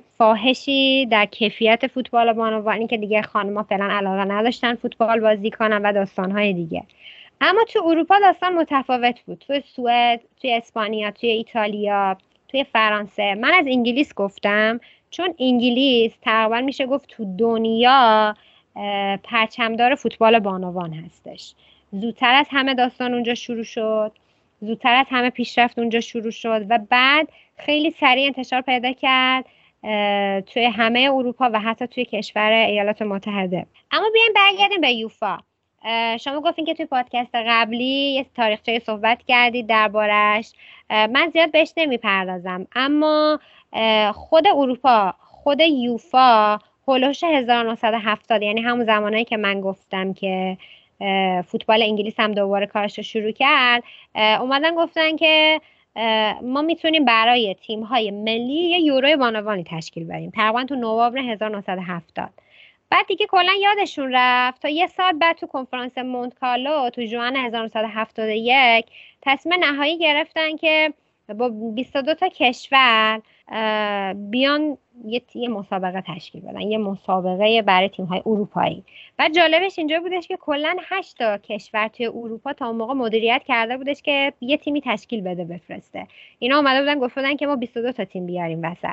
فاحشی در کیفیت فوتبال بانوانی که دیگه خانم‌ها فعلا علاقه نداشتن فوتبال بازی کنن و داستان‌های دیگه. اما تو اروپا داستان متفاوت بود. توی سوئد، توی اسپانیا، توی ایتالیا، توی فرانسه. من از انگلیس گفتم چون انگلیس تقریبا میشه گفت تو دنیا پرچمدار فوتبال بانوان هستش. زودتر از همه داستان اونجا شروع شد، زودتر از همه پیشرفت اونجا شروع شد و بعد خیلی سریع انتشار پیدا کرد توی همه اروپا و حتی توی کشور ایالات متحده. اما بیایم برگردیم به یوفا. شما گفتین که توی پادکست قبلی یه تاریخچه صحبت کردید دربارش، من زیاد بهش نمیپردازم، اما خود اروپا، خود یوفا هولوش 1970، یعنی همون زمانایی که من گفتم که فوتبال انگلیس هم دوباره کارش رو شروع کرد، اومدن گفتن که ما میتونیم برای تیم‌های ملی یه یورو بانوانی تشکیل بدیم، تقریبا تو نوامبر 1970. بعد دیگه کلا یادشون رفت تا یه سال بعد تو کنفرانس مونت کارلو تو ژوئن 1971 تصمیم نهایی گرفتن که با 22 تا کشور بیان یه مسابقه تشکیل بدن، یه مسابقه برای تیم‌های اروپایی. و جالبش اینجا بودش که کلاً 8 تا کشور توی اروپا تا اون موقع مدیریت کرده بودش که یه تیمی تشکیل بده بفرسته. اینا اومده بودن گفتن که ما 22 تا تیم بیاریم وسط.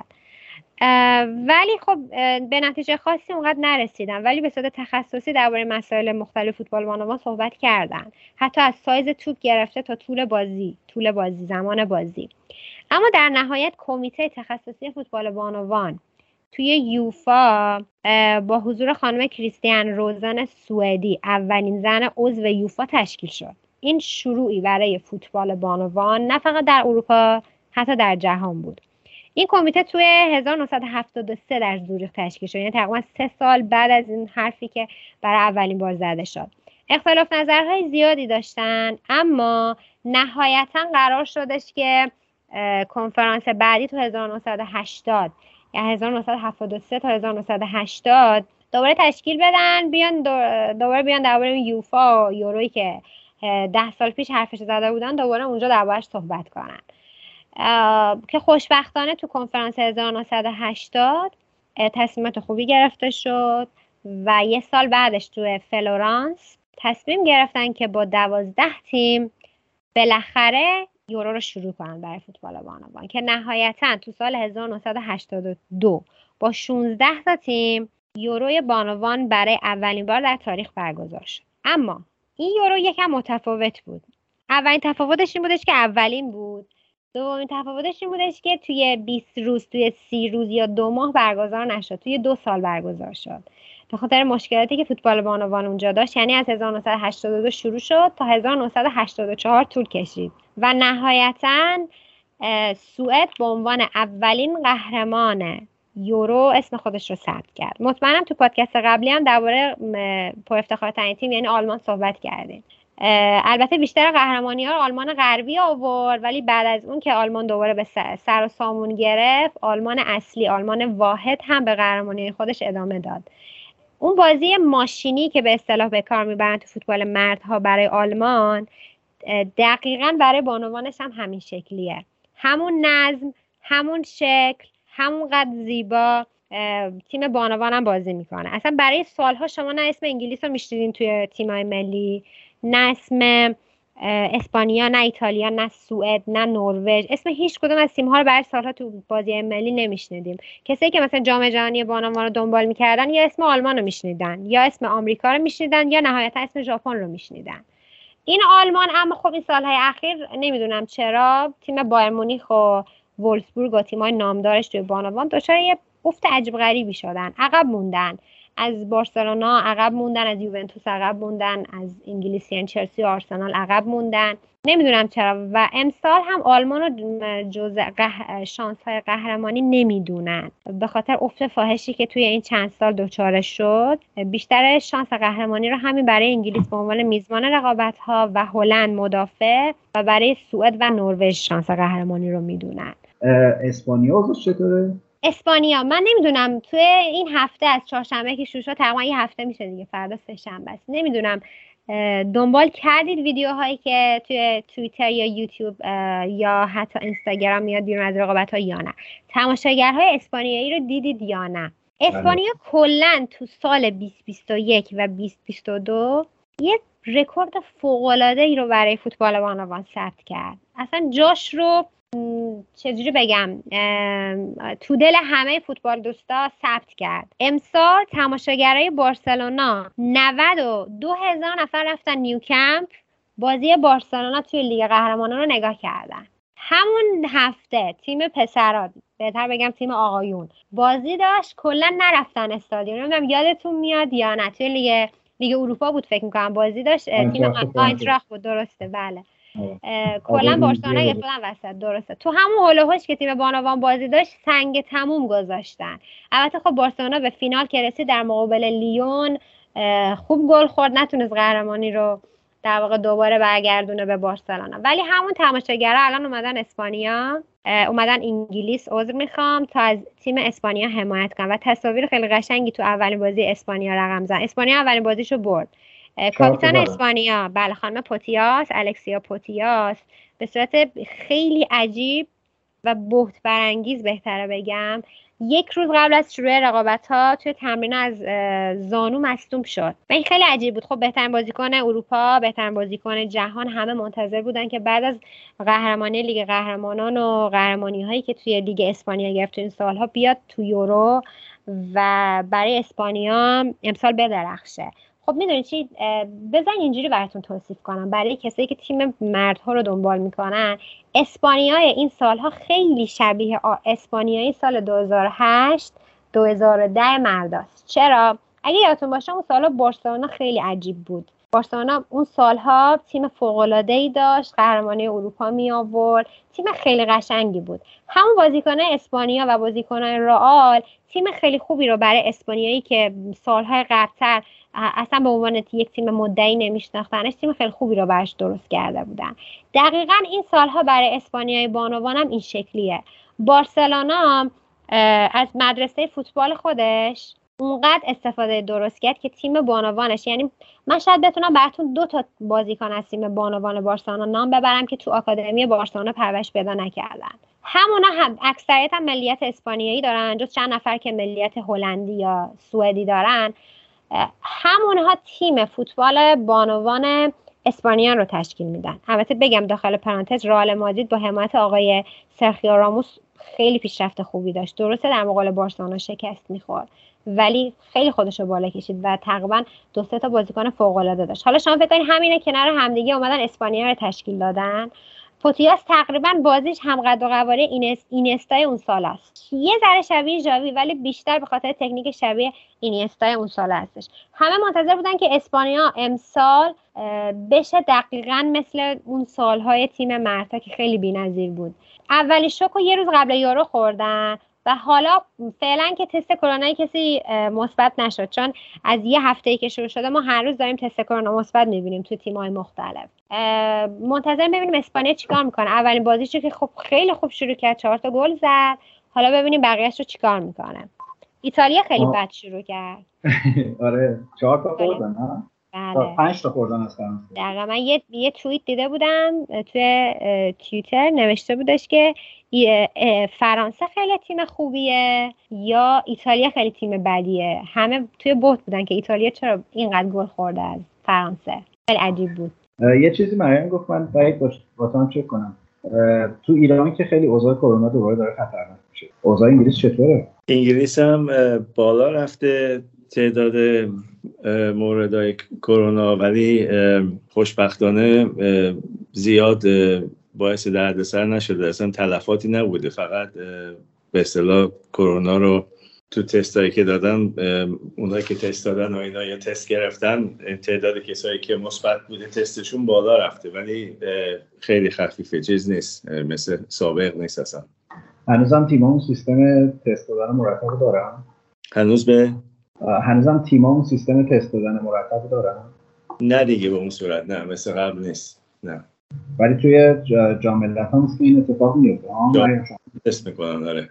ولی خب به نتیجه خاصی اونقدر نرسیدن، ولی به صورت تخصصی درباره مسائل مختلف فوتبال بانوان صحبت کردن، حتی از سایز توپ گرفته تا طول بازی، زمان بازی. اما در نهایت کمیته تخصصی فوتبال بانوان توی یوفا با حضور خانم کریستیان روزن سوئدی، اولین زن عضو یوفا تشکیل شد. این شروعی برای فوتبال بانوان نه فقط در اروپا، حتی در جهان بود. این کمیته توی 1973 در زوریخ تشکیل شد، یعنی تقریبا 3 سال بعد از این حرفی که برای اولین بار زده شد. اختلاف نظرهای زیادی داشتن، اما نهایتا قرار شدش که کنفرانس بعدی تو 1980 یا 1973 تا 1980 دوباره تشکیل بدن، دوباره بیان درباره یوفا و یورویی که 10 سال پیش حرفش زده بودن دوباره اونجا دربارش صحبت کنن، که خوشبختانه تو کنفرانس 1980 تصمیمات خوبی گرفته شد و یه سال بعدش تو فلورانس تصمیم گرفتن که با 12 تیم بالاخره یورو رو شروع کنن برای فوتبال بانوان، که نهایتا تو سال 1982 با 16 تا تیم یوروی بانوان برای اولین بار در تاریخ برگزار شد. اما این یورو یکم متفاوت بود. اولین تفاوتش این بودش که اولین بود. دومین تفاوتش این بودش که توی 20 روز، توی 30 روز یا 2 ماه برگزار نشد، توی 2 سال برگزار شد. به خاطر مشکلاتی که فوتبال بانوان اونجا داشت، یعنی از 1982 شروع شد تا 1984 طول کشید و نهایتاً سوئد به عنوان اولین قهرمان یورو اسم خودش رو ثبت کرد. مطمئنم تو پادکست قبلی هم درباره پر افتخارترین تیم یعنی آلمان صحبت کردیم. البته بیشتر قهرمانی‌ها رو آلمان غربی آورد، ولی بعد از اون که آلمان دوباره به سر و سامون گرفت، آلمان اصلی، آلمان واحد هم به قهرمانی خودش ادامه داد. اون بازی ماشینی که به اصطلاح به کار میبرن تو فوتبال مردها برای آلمان، دقیقاً برای بانوانش هم همین شکلیه. همون نظم، همون شکل، همون قد زیبا تیم بانوان هم بازی میکنه. اصلا برای سالها شما نه اسم انگلیس رو میشنیدین توی تیمای ملی، نه اسم اسپانیا، نه ایتالیا، نه سوئد، نه نروژ، اسم هیچ کدوم از تیم‌ها رو برای سالها تو بازی ملی نمیشنیدیم. کسایی که مثلا جام جهانی بانوان رو دنبال میکردن یا اسم آلمان رو میشنیدن، یا اسم آمریکا رو میشنیدن، یا نهایتا اسم ژاپن رو میشنیدن. این آلمان اما خب این سالهای اخیر نمیدونم چرا تیم بایر مونیخ و وولفسبورگ و تیم‌های نامدارش توی بانوان دچار یه افت عجیب غریبی شدن، عقب موندن. از بارسلونا عقب موندن، از یوونتوس عقب موندن، از انگلیسیان چلسی و آرسنال عقب موندن. نمیدونم چرا و امسال هم آلمان رو جزء شانس‌های قهرمانی نمیدونن، به خاطر افت فاحشی که توی این چند سال دچارش شد. بیشتر شانس قهرمانی رو همین برای انگلیس به عنوان میزبان رقابت‌ها و هلند مدافع و برای سوئد و نروژ شانس قهرمانی رو میدونن. اسپانیا وضعش چطوره؟ اسپانیا من نمیدونم توی این هفته از چهارشنبه که شروع شد، تقریبا یه هفته میشه دیگه، فردا سه شنبه است، نمیدونم دنبال کردید ویدیوهایی که توی توییتر یا یوتیوب یا حتی اینستاگرام میاد بیرون از رقابت‌ها یا نه؟ تماشاگرهای اسپانیایی رو دیدید یا نه؟ اسپانیا کلا تو سال 2021 و 2022 یه رکورد فوق‌العاده‌ای رو برای فوتبال بانوان ثبت کرد. اصلا جاش رو چجوری بگم تو دل همه فوتبال دوستا ثبت کرد. امسال تماشاگرای بارسلونا 92,000 نفر رفتن نیوکمپ بازی بارسلونا توی لیگ قهرمانان رو نگاه کردن. همون هفته تیم پسرا، بهتر بگم تیم آقایون، بازی داشت، کلا نرفتن استادیوم. نمیدونم یادتون میاد یا نه، توی لیگ اروپا بود فکر می‌کنم بازی داشت، تیم آینتراخت بود، درسته بله. کلا بارسلونا گرفتن وسط، درسته. تو همون هول و هوش که تیم بانوان بازی داشت سنگ تموم گذاشتن. البته خب بارسلونا به فینال که رسید در مقابل لیون خوب گل خورد، نتونست قهرمانی رو در واقع دوباره برگردونه به بارسلونا. ولی همون تماشاگرها الان اومدن اسپانیا، اومدن انگلیس، عذر میخوام، تا از تیم اسپانیا حمایت کنن و تصاویر خیلی قشنگی تو اولین بازی اسپانیا رقم زدن. اسپانیا اولین بازیشو برد. کاپیتان اسپانیا بله خانم پوتیاس، الکسیا پوتیاس، به صورت خیلی عجیب و بهت برانگیز بهتره بگم، یک روز قبل از شروع رقابت‌ها توی تمرین از زانو مصدوم شد و این خیلی عجیب بود. خب بهترین بازیکن اروپا، بهترین بازیکن جهان، همه منتظر بودن که بعد از قهرمانی لیگ قهرمانان و قهرمانی‌هایی که توی لیگ اسپانیا گرفت این سال‌ها بیاد تو یورو و برای اسپانیا امسال بدرخشه. خب میدونید چی، بزن اینجوری براتون توصیف کنم برای کسایی که تیم مردها رو دنبال میکنن. اسپانیای این سالها خیلی شبیه اسپانیای سال 2008 2010 مرداست. چرا؟ اگه یادتون باشه اون سالها بارسلونا خیلی عجیب بود. بارسلونا اون سالها تیم فوق‌العاده‌ای داشت، قهرمانی اروپا می آورد، تیم خیلی قشنگی بود. همون بازیکنان اسپانیا و بازیکنان رئال تیم خیلی خوبی رو برای اسپانیایی که سالهای قبل‌تر اصلا به عنوان یک تیم مدعی نمیشناختنش، تیم خیلی خوبی رو براش درست کرده بودن. دقیقاً این سالها برای اسپانیای بانوان هم این شکلیه. بارسلونا از مدرسه فوتبال خودش اونقدر استفاده درست کرد که تیم بانوانش، یعنی من شاید بتونم براتون 2 تا بازیکن از تیم بانوان بارسلونا نام ببرم که تو آکادمی بارسلونا پرورش پیدا نکردن. همونا هم اکثریت هم ملیت اسپانیایی دارن، جز چند نفر که ملیت هلندی یا سوئدی دارن. همونها تیم فوتبال بانوان اسپانیا رو تشکیل میدن. البته بگم داخل پرانتز رئال مادرید با حمایت آقای سرخیو راموس خیلی پیشرفت خوبی داشت. درسته در مقابل بارسلونا شکست میخورد، ولی خیلی خودشو بالا کشید و تقریبا 2-3 تا بازیکن فوق العاده داشت. حالا شما فکر کنید همینه کنار همدیگه اومدن اسپانیا رو تشکیل دادن. پوتیاس تقریبا بازیش هم قد و قواره اینستای اون سال است. یه ذره شبیه ژاوی ولی بیشتر به خاطر تکنیک شبیه اینستای اون سال هستش. همه منتظر بودن که اسپانیا امسال بشه دقیقاً مثل اون سالهای تیم مرتا که خیلی بی‌نظیر بود. اولی شوکو یه روز قبل یورو خوردن و حالا فعلا که تست کرونایی کسی مثبت نشد، چون از یه هفته‌ای که شروع شده ما هر روز داریم تست کرونا مثبت می‌بینیم تو تیم‌های مختلف. منتظر ببینیم اسپانیا چیکار میکنه. اولین بازیشو که خب خیلی خوب شروع کرد، 4 تا گل زد. حالا ببینیم بقیه‌اش رو چیکار میکنه. ایتالیا خیلی بد شروع کرد. آره 4 تا خوردن ها. بله 5 تا خوردن از فرانسه. دقیقاً من یه توییت دیده بودم توی توییتر نوشته بودش که فرانسه خیلی تیم خوبیه یا ایتالیا خیلی تیم بدیه. همه توی بوت بودن که ایتالیا چرا اینقدر گل خورده از فرانسه. خیلی عجیب بود. یه چیزی مریم گفت من باید واسم چک کنم. تو ایران که خیلی اوضاع کرونا دوباره داره خطرناک میشه. اوضاع انگلیس چطوره؟ انگلیس هم بالا رفته تعداد موردهای کرونا، ولی خوشبختانه زیاد باعث دردسر نشده. اصلا تلفاتی نبوده، فقط به اصطلاح کرونا رو تو تستایی که دادن، اونایی که تست دادن و اینا یا تست گرفتن، تعداد کسایی که مثبت بوده تستشون بالا رفته، ولی خیلی خفیفه، چیز نیست، مثل سابق نیست اصلا. هنوزم تیمامون سیستم تست دادن مرتب دارن؟ هنوزم تیمامون سیستم تست دادن مرتب دارن؟ نه دیگه به اون صورت نه، مثل قبل نیست. نه ولی توی جام ملت‌ها مثل این اتفاق میفته ها. تست میکنن. داره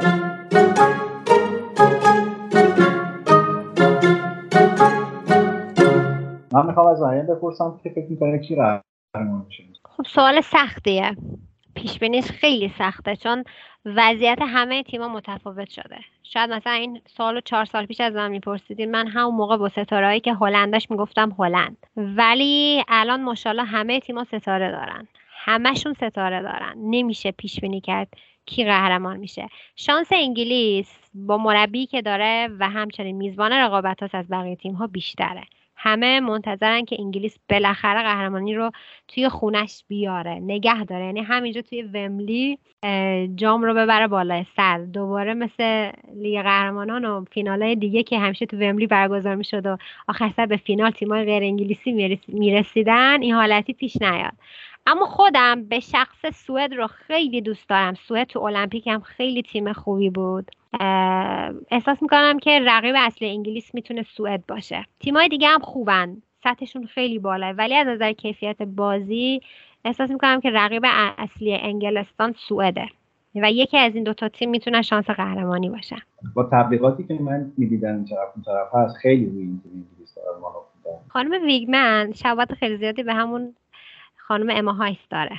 من میخوام از مریم بپرسم که فکر میکنه کی قهرمان میشه؟ خب سوال سختیه، پیش بینیش خیلی سخته، چون وضعیت همه تیم‌ها متفاوت شده. شاید مثلا این سوالو 4 سال پیش از من میپرسیدین، من همون موقع با ستارهایی که هلندش میگفتم هلند، ولی الان ماشاءالله همه تیم‌ها ستاره دارن، همشون ستاره دارن، نمیشه پیش بینی کرد کی قهرمان میشه. شانس انگلیس با مربی که داره و همچنین میزبان رقابت‌هاست از بقیه تیم‌ها بیشتره. همه منتظرن که انگلیس بالاخره قهرمانی رو توی خونش بیاره، نگه داره، یعنی همینجا توی ومبلی جام رو ببره بالای سر، دوباره مثل لیگ قهرمانان و فینال‌های دیگه که همیشه تو ومبلی برگزار میشد و آخر سر به فینال تیم‌های غیر انگلیسی میرسیدن، این حالتی پیش نیاد. اما خودم به شخص سوئد رو خیلی دوست دارم. سوئد تو المپیک هم خیلی تیم خوبی بود. احساس میکنم که رقیب اصلی انگلیس میتونه سوئد باشه. تیمای دیگه هم خوبن، سطحشون خیلی بالاه، ولی از نظر کیفیت بازی احساس میکنم که رقیب اصلی انگلستان سوئده و یکی از این 2 تا تیم میتونه شانس قهرمانی باشه. با تبلیغاتی که من میدیدم این طرف اون طرف هست، خیلی روی این تیم انگلیس داره مالا بودن. خانم ویگمن شباهت خیلی زیادی به همون خانم اما هایس داره.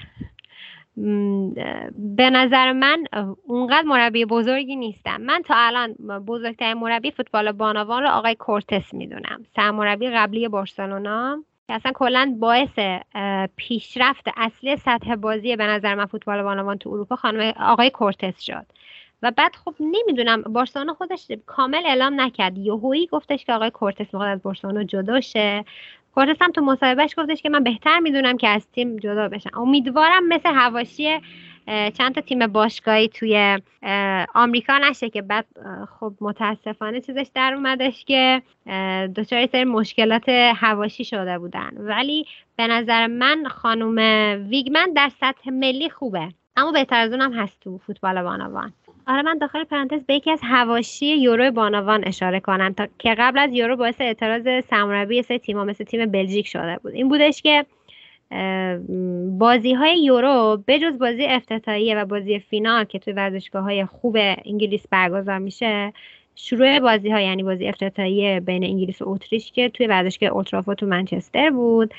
به نظر من اونقدر مربی بزرگی نیستم. من تا الان بزرگترین مربی فوتبال بانوان رو آقای کورتس میدونم، سرمربی قبلی بارسلونا که اصلا کلا باعث پیشرفت اصلی سطح بازی به نظر من فوتبال بانوان تو اروپا آقای کورتس شد. و بعد خب نمیدونم بارسلونا خودش کامل اعلام نکرد، یهویی گفتش که آقای کورتس میخواد از بارسلونا جدا شه. کورتس هم تو مصاحبهش گفتش که من بهتر میدونم که از تیم جدا بشم. امیدوارم مثل حواشی چند تا تیم باشگاهی توی آمریکا نشه که بعد خب متاسفانه چیزش در اومدش که دچار سری مشکلات حواشی شده بودن. ولی به نظر من خانم ویگمن در سطح ملی خوبه، اما بهتر از اونم هست تو فوتبال بانوان. آره من داخل پرانتز به یکی از حواشی یورو بانوان اشاره کنم تا که قبل از یورو باعث اعتراض سرمربی سه تیم‌ها مثل تیم بلژیک شده بود. این بودش که بازی‌های یورو بجز بازی افتتاحیه و بازی فینال که توی ورزشگاه‌های خوب انگلیس برگزار میشه، شروع بازی‌ها یعنی بازی افتتاحیه بین انگلیس و اتریش که توی ورزشگاه اولترافورد تو منچستر بود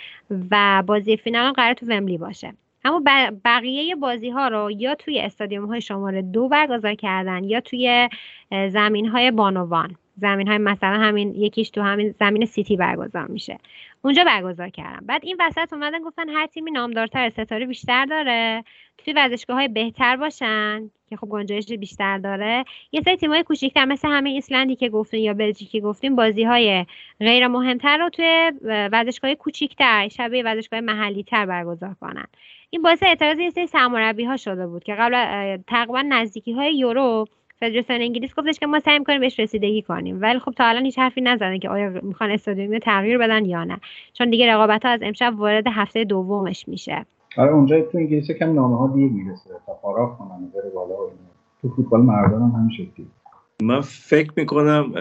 و بازی فینال قرار تو ومبلی باشه. اما بقیه بازی‌ها رو یا توی استادیوم‌های شماره 2 برگزار کردن یا توی زمین‌های بانوان، زمین‌های مثلا همین یکیش تو همین زمین سیتی برگزار میشه، اونجا برگزار کردن. بعد این وسط اومدن گفتن هر تیمی نامدارتر، ستاره بیشتر داره، توی ورزشگاه‌های بهتر باشن که خب گنجایش بیشتر داره. یه سری تیم‌های کوچیک‌تر مثل همین ایسلندی که گفتیم یا بلژیکی گفتیم بازی‌های غیر مهمتر رو توی ورزشگاه‌های کوچیک‌تر شبیه ورزشگاه محلی‌تر برگزار کنن. این باعث اعتراض یه سری سرمربی‌ها شده بود که قبل تقریبا نزدیکی‌های یورو فدراسیون انگلیس گفتش که ما سعی می‌کنیم بهش رسیدگی کنیم، ولی خب تا الان هیچ حرفی نزدن که آیا میخوان استادیوم تغییر بدن یا نه، چون دیگه رقابت‌ها از امشب وارد هفته دومش میشه. آره اونجا تو انگلیس کم نامه‌ها دیر میرسه تا پاراگراف کنن بره بالا و تو فوتبال مردان هم همین شکلی. من فکر میکنم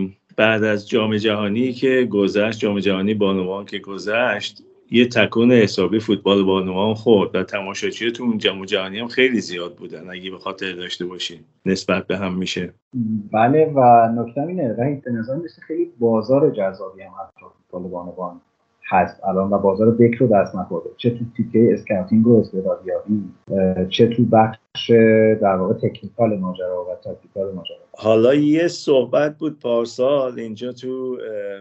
بعد از جام جهانی که گذشت، جام جهانی بانوان که گذشت، یه تکون حسابی فوتبال بانوان خورد و تماشاچی تو اون جام جهانی هم خیلی زیاد بودن اگه به خاطر داشته باشین نسبت به هم میشه. بله و نکته اینه وحید به نظر میاد خیلی بازار جذابی هم هست فوتبال بانوان هست الان و بازار بک رو دست نخورده، چه تو تیکه اسکاوتینگ و استعدادیابی، چه تو بخش در واقع تکنیکال ماجرا و تاکتیکال ماجرا. حالا یه صحبت بود پارسال اینجا تو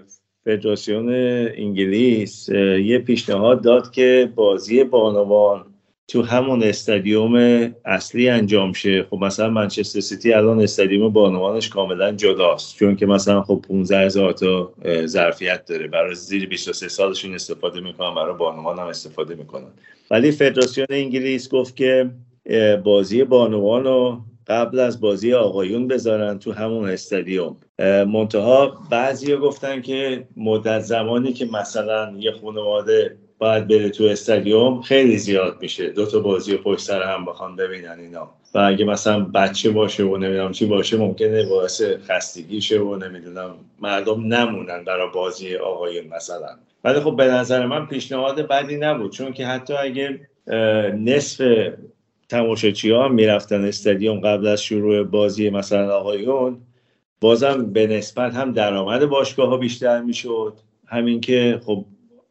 فدراسیون انگلیس یه پیشنهاد داد که بازی بانوان تو همون استادیوم اصلی انجام شه. خب مثلا منچستر سیتی الان استادیوم بانوانش کاملا جداست، چون که مثلا خب 15,000 تا ظرفیت داره، برای زیر 23 سالشون استفاده میکنن، برای بانوان هم استفاده میکنن. ولی فدراسیون انگلیس گفت که بازی بانوان رو قبل از بازی آقایون بذارن تو همون استادیوم. منتها بعضیا گفتن که مدت زمانی که مثلا یه خانواده باید بره تو استادیوم خیلی زیاد میشه، 2 تا بازی پشت سر هم بخوان ببینن اینا، و اگه مثلا بچه باشه و نمیدونم چی باشه ممکنه باعث خستگی شه و نمیدونم مردم نمونن برای بازی آقایون مثلا. ولی خب به نظر من پیشنهاد بدی نبود، چون که حتی اگه نصف تماشاچی‌ها میرفتن استادیوم قبل از شروع بازی مثلا آقایون، بازم به نسبت هم درآمد باشگاه‌ها بیشتر میشد، همین که خب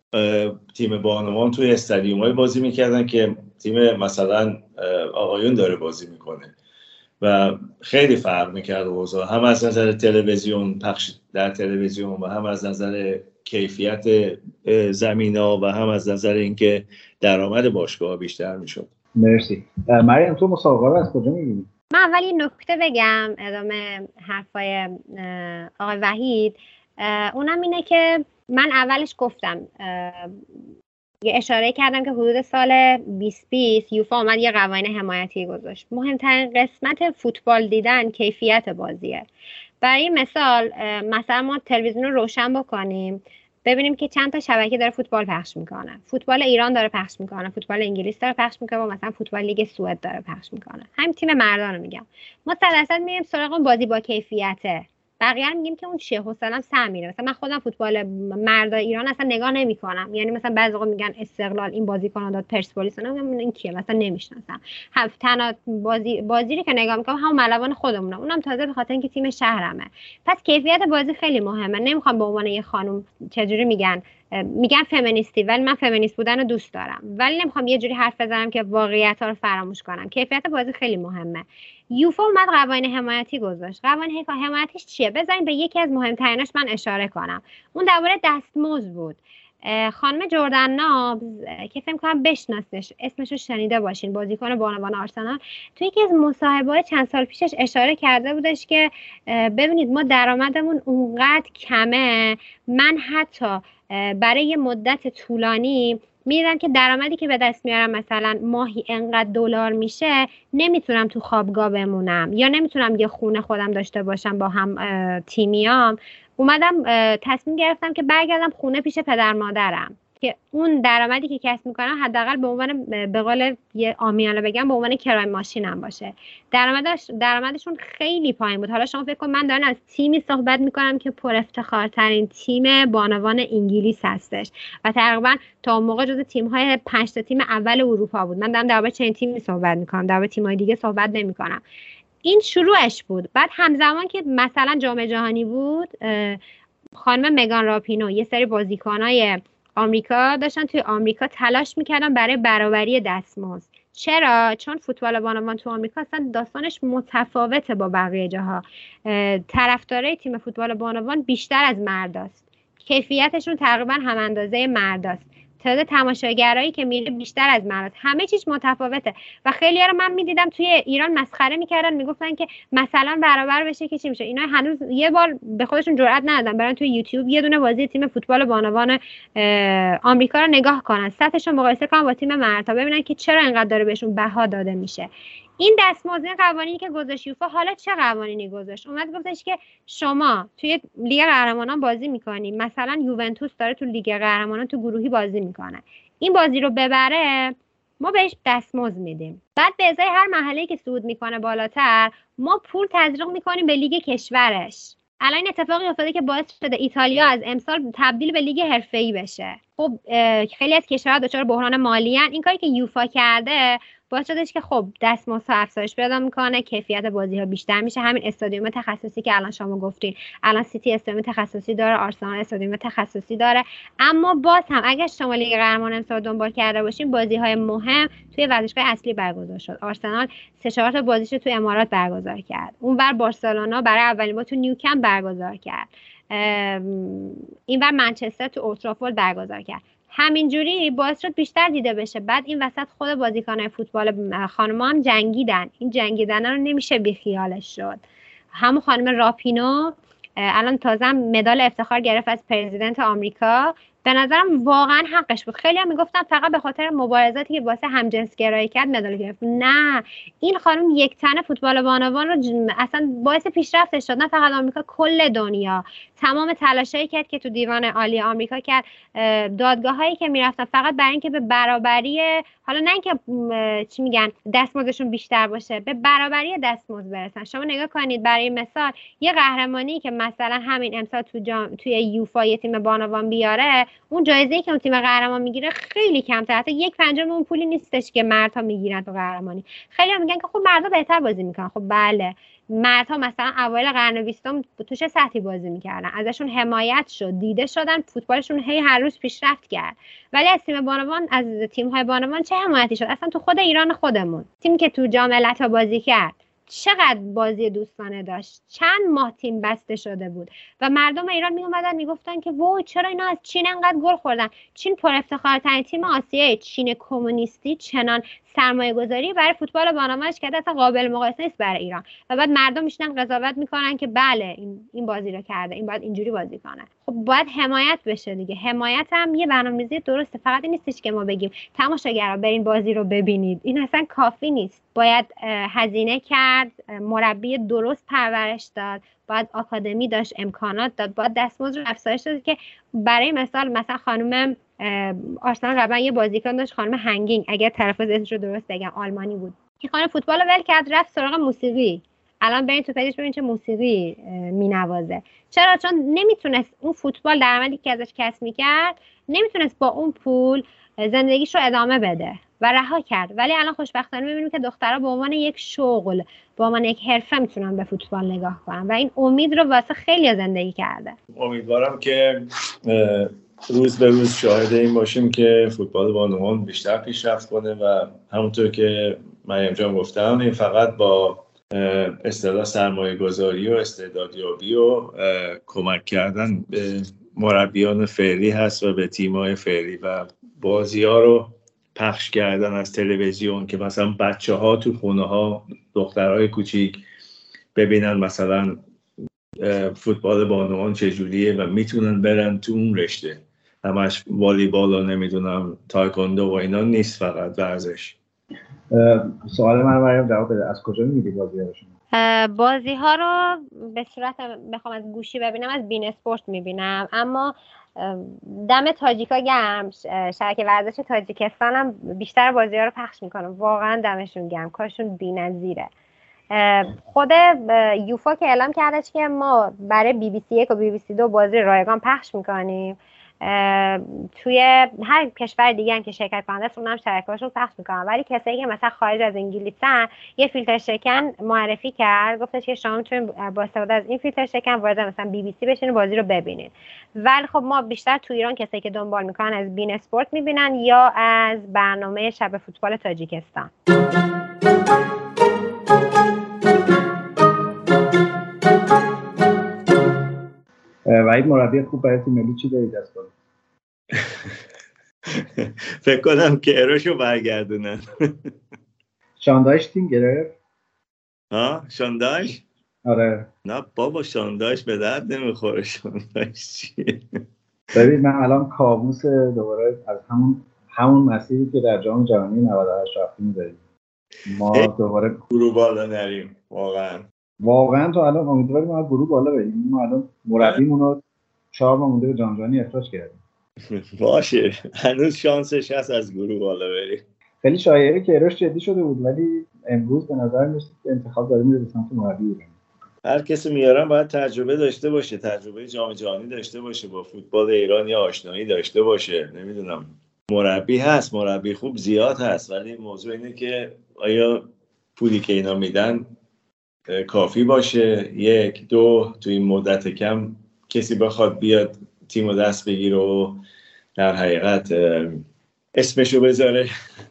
تیم بانوان توی استادیوم‌های بازی میکردن که تیم مثلا آقایون داره بازی میکنه و خیلی فرق میکرد اوضاع، هم از نظر تلویزیون، پخش در تلویزیون، و هم از نظر کیفیت زمینا و هم از نظر اینکه درآمد باشگاه‌ها بیشتر میشد. مرسی. مریم تو مسابقه رو از کجا می‌بینی؟ من اول یه نکته بگم ادامه حرفای آقای وحید، اونم اینه که من اولش گفتم یه اشاره کردم که حدود سال 2020 یوفا اومد یه قوانین حمایتی گذاشت. مهمترین قسمت فوتبال دیدن کیفیت بازیه. برای مثال مثلا ما تلویزیون رو روشن بکنیم ببینیم که چند تا شبکه داره فوتبال پخش میکنه، فوتبال ایران داره پخش میکنه، فوتبال انگلیس داره پخش میکنه و مثلا فوتبال لیگ سوئد داره پخش میکنه. همین تیم مردان رو میگم، ما 100% میریم سراغ بازی با کیفیته، بقیه هم میگیم که اون چیه، حوصله‌ام سر میره. مثلا من خودم فوتبال مرد ایران اصلا نگاه نمیکنم، یعنی مثلا بعضی وقت میگن استقلال این بازیکن داد پرسپولیس، میگم این کیه، مثلا نمیشناسم. تنها بازی که نگاه میکنم همون ملوان خودمونه، اونم تازه به خاطر اینکه تیم شهرمه. پس کیفیت بازی خیلی مهمه. نمیخوام به عنوان یه خانم چجوری میگن فمینیستی، ولی من فمینیست بودن رو دوست دارم، ولی نمیخوام یه جوری حرف بزنم که واقعیت‌ها رو فراموش کنم. کیفیت بازی خیلی مهمه. یوفا اومد قوانین حمایتی گذاشت. قوانین حمایتیش چیه؟ بذارین به یکی از مهمتریناش من اشاره کنم. اون درباره دستمزد بود. خانم جردن نابز که فکر کنم بشناسش، اسمش رو شنیده باشین، بازیکن بانوان آرسنال، توی یکی از مصاحبه‌های چند سال پیشش اشاره کرده بودش که ببینید ما درآمدمون اونقدر کمه، من حتی برای یه مدت طولانی میدیدم که درآمدی که به دست میارم مثلا ماهی انقدر دلار میشه، نمیتونم تو خوابگاه بمونم یا نمیتونم یه خونه خودم داشته باشم با هم تیمیام. اومدم تصمیم گرفتم که برگردم خونه پیش پدر مادرم. که اون درآمدی که کسب میکنن حداقل به عنوان به قول یه عامیانه بگم به عنوان کرای ماشین هم باشه. درآمدشون خیلی پایین بود. حالا شما فکر کن من دارم از تیمی صحبت میکنم که پر افتخارترین تیم بانوان انگلیس هستش و تقریبا تا اون موقع جزو تیم‌های 5 تا تیم اول اروپا بود. من دارم درباره چنین تیمی صحبت میکنم، درباره تیم‌های دیگه صحبت نمیکنم. این شروعش بود. بعد همزمان که مثلا جام جهانی بود، خانم مگان راپینو یه سری بازیکنای آمریکا داشتن توی آمریکا تلاش میکردن برای برابری دستمزد. چرا؟ چون فوتبال بانوان تو آمریکا اصلا داستانش متفاوته با بقیه جاها. طرفدارای تیم فوتبال بانوان بیشتر از مرداست، کیفیتشون تقریبا هم اندازه مرداست، تعداد تماشاگرایی که میره بیشتر از مرد، همه چیز متفاوته و خیلی‌ها رو من میدیدم توی ایران مسخره میکردن، میگفتن که مثلا برابر بشه که چی میشه. اینا هنوز یه بار به خودشون جرئت ندادن برن توی یوتیوب یه دونه بازی تیم فوتبال بانوان آمریکا رو نگاه کنن، سطحش رو مقایسه کنن با تیم مرد تا ببینن که چرا اینقدر داره بهشون بها داده میشه. این دستمزد قوانینی که گذاشت یوفا، حالا چه قوانینی گذاشت؟ اومد گفتش که شما توی لیگ قهرمانان بازی میکنی، مثلا یوونتوس داره تو لیگ قهرمانان تو گروهی بازی میکنه، این بازی رو ببره ما بهش دستمزد میدیم، بعد به ازای هر محله‌ای که صعود میکنه بالاتر ما پول تزریق میکنیم به لیگ کشورش. الان این اتفاقی افتاده که باعث شده ایتالیا از امسال تبدیل به لیگ حرفه‌ای بشه. خب خیلی از کشورها دچار بحران مالی ان. این کاری که یوفا کرده باعث شدش که خب دستمزدها افزایش پیدا میکنه، کیفیت بازی‌ها بیشتر میشه. همین استادیوم تخصصی که الان شما گفتین، الان سیتی استادیوم تخصصی داره، آرسنال استادیوم تخصصی داره، اما باز هم اگر شما لیگ قهرمانان امسال دنبال کرده باشین بازی‌های مهم توی ورزشگاه اصلی برگزار شد. آرسنال 3-4 تا بازیشو توی امارات برگزار کرد. اونور بارسلونا برای اولین بار تو نیوکمپ برگزار کرد. اینور منچستر تو اولترافورد برگزار کرد. همینجوری باعث شد بیشتر دیده بشه. بعد این وسط خود بازیکن‌های فوتبال خانم‌ها هم جنگیدن. این جنگیدن رو نمیشه بیخیالش شد. همون خانم راپینو الان تازه مدال افتخار گرفت از پرزیدنت آمریکا. به نظرم واقعا حقش بود. خیلی هم میگفتن فقط به خاطر مبارزاتی که واسه همجنسگرایی کرد مدال گرفت. نه، این خانم یک تنه فوتبال بانوان رو اصلا باعث پیشرفتش شد، نه فقط آمریکا، کل دنیا. تمام تلاشایی کرد که تو دیوان عالی آمریکا کرد، دادگاهایی که میرفتن فقط برای اینکه به برابری، حالا نه اینکه چی میگن دستمزدشون بیشتر باشه، به برابری دستمزد برسن. شما نگاه کنید برای مثال یه قهرمانی که مثلا همین امسال توی یوفا یه تیم بانوان بیاره، اون جایزه‌ای که اون تیم قهرمان میگیره خیلی کمتر، حتی 1/5 اون پولی نیستش که مردها میگیرن تو قهرمانی. خیلی هم میگن که خب مردها بهتر بازی میکنن. خب بله، مردها مثلا اوایل قرن 20 تو چه سطحی بازی میکردن، ازشون حمایت شد، دیده شدن، فوتبالشون هر روز پیشرفت کرد. ولی از تیم بانوان، از تیم‌های بانوان چه حمایتی شد؟ اصلا تو خود ایران خودمون تیمی که تو جام ملت‌ها بازی کرد چقدر بازی دوستانه داشت، چند ماه تیم بسته شده بود و مردم ایران می اومدن میگفتن که وای چرا اینا از چین انقدر گل خوردن. چین پر افتخارترین تیم آسیایی، چین کمونیستی چنان سرمایه گذاری برای فوتبال بانوانش کرده اصلا قابل مقایسه نیست برای ایران. و بعد مردم میشنن قضاوت میکنن که بله این بازی رو کرده، این باید اینجوری بازی کنه. خب باید حمایت بشه دیگه. حمایت هم یه برنامه‌ریزی درسته، فقط این نیستش که ما بگیم تماشاگرها برین بازی رو ببینید. این اصلا کافی نیست. باید هزینه کرد، مربی درست پرورش داد، باید آکادمی داشت، امکانات داد، باید دستمزد رو افزایش داد. که برای مثلا خانم آرسنال قبلا یه بازیکن داشت خانم هنگینگ، اگر تلفظ اسمش رو درست بگم، آلمانی بود. این خانم فوتبال رو ول کرد رفت سراغ موسیقی. الان برین تو پیجش ببینید چه موسیقی مینوازه. چرا؟ چون نمیتونست اون فوتبال درآمدی که ازش کسب میکرد نمیتونست با اون پول زندگیش رو ادامه بده و رها کرد. ولی الان خوشبختانه میبینیم که دخترها به عنوان یک شغل، به عنوان یک حرفه میتونن به فوتبال نگاه کنن و این امید رو واسه خیلی زندگی کرده. امیدوارم که روز به روز شاهد این باشیم که فوتبال بانوان بیشتر پیشرفت کنه و همونطور که مریم جان گفتم این فقط با اصطلاح سرمایه گذاری و استعدادیابی و کمک کردن به مربیان فعلی هست و به تیم‌های فعلی و بازی‌ها رو پخش کردن از تلویزیون که مثلا بچه‌ها تو خونه‌ها، دخترای کوچیک ببینن مثلا فوتبال بانوان چجوریه و میتونن برن تو اون رشته. همش والیبال و نمیدونم تایکوندو و اینا نیست، فقط ورزش. سوال من برای جواب بده، از کجا می‌بینی بازی‌هاشون؟ بازی ها رو به صورت بخوام از گوشی ببینم از بین اسپورت میبینم، اما دم تاجیکا گرم. شبکه ورزش تاجیکستان هم بیشتر بازی‌ها رو پخش میکنه. واقعا دمشون گرم، کارشون بی‌نظیره. خود یوفا که اعلام کردش که ما برای BBC 1 و BBC 2 بازی رایگان پخش میکنیم، توی هر کشور دیگه هم که شرکت کننده است اونم شرکت‌هاشون پخش میکنن، ولی کسایی که مثلا خارج از انگلیسن یه فیلتر شکن معرفی کرد، گفتش که شما میتونید با استفاده از این فیلتر شکن وارد مثلا BBC بشین بازی رو ببینید. ولی خب ما بیشتر تو ایران کسایی که دنبال میکنن از بین اسپورت میبینن یا از برنامه شب فوتبال تاجیکستان. وحید مربی خوب برای تیم ملی چی دارید از کنید؟ فکر کنم که اروشو برگردونن. شاندایش تیم گرفت؟ ها شاندایش؟ آره. نه بابا شاندایش به درد نمیخوره. شاندایش چیه؟ ببین من الان کابوس دوباره از همون مسیری که در جام جهانی 98 رفتیم داریم. ما دوباره گروه بالا نریم. واقعا تو الان امیدواریم ما گروه بالا بریم. ما الان مربیمون رو 4 ماه مونده به جام جهانی اخراج کردیم. باشه هنوز شانسش هست از گروه بالا بریم. خیلی شایعه که اروش جدی شده بود، ولی امروز به نظر میاد که انتخاب داره میره به سمت مربی ایران. هر کسی میارن باید تجربه داشته باشه، تجربه جام جهانی داشته باشه، با فوتبال ایران یا آشنایی داشته باشه. نمیدونم مربی هست، مربی خوب زیاد هست، ولی موضوع اینه که آیا پولی که اینا میدن کافی باشه؟ 1 2 تو این مدت کم کسی بخواد بیاد تیمو دست بگیره و در حقیقت اسمشو بذاره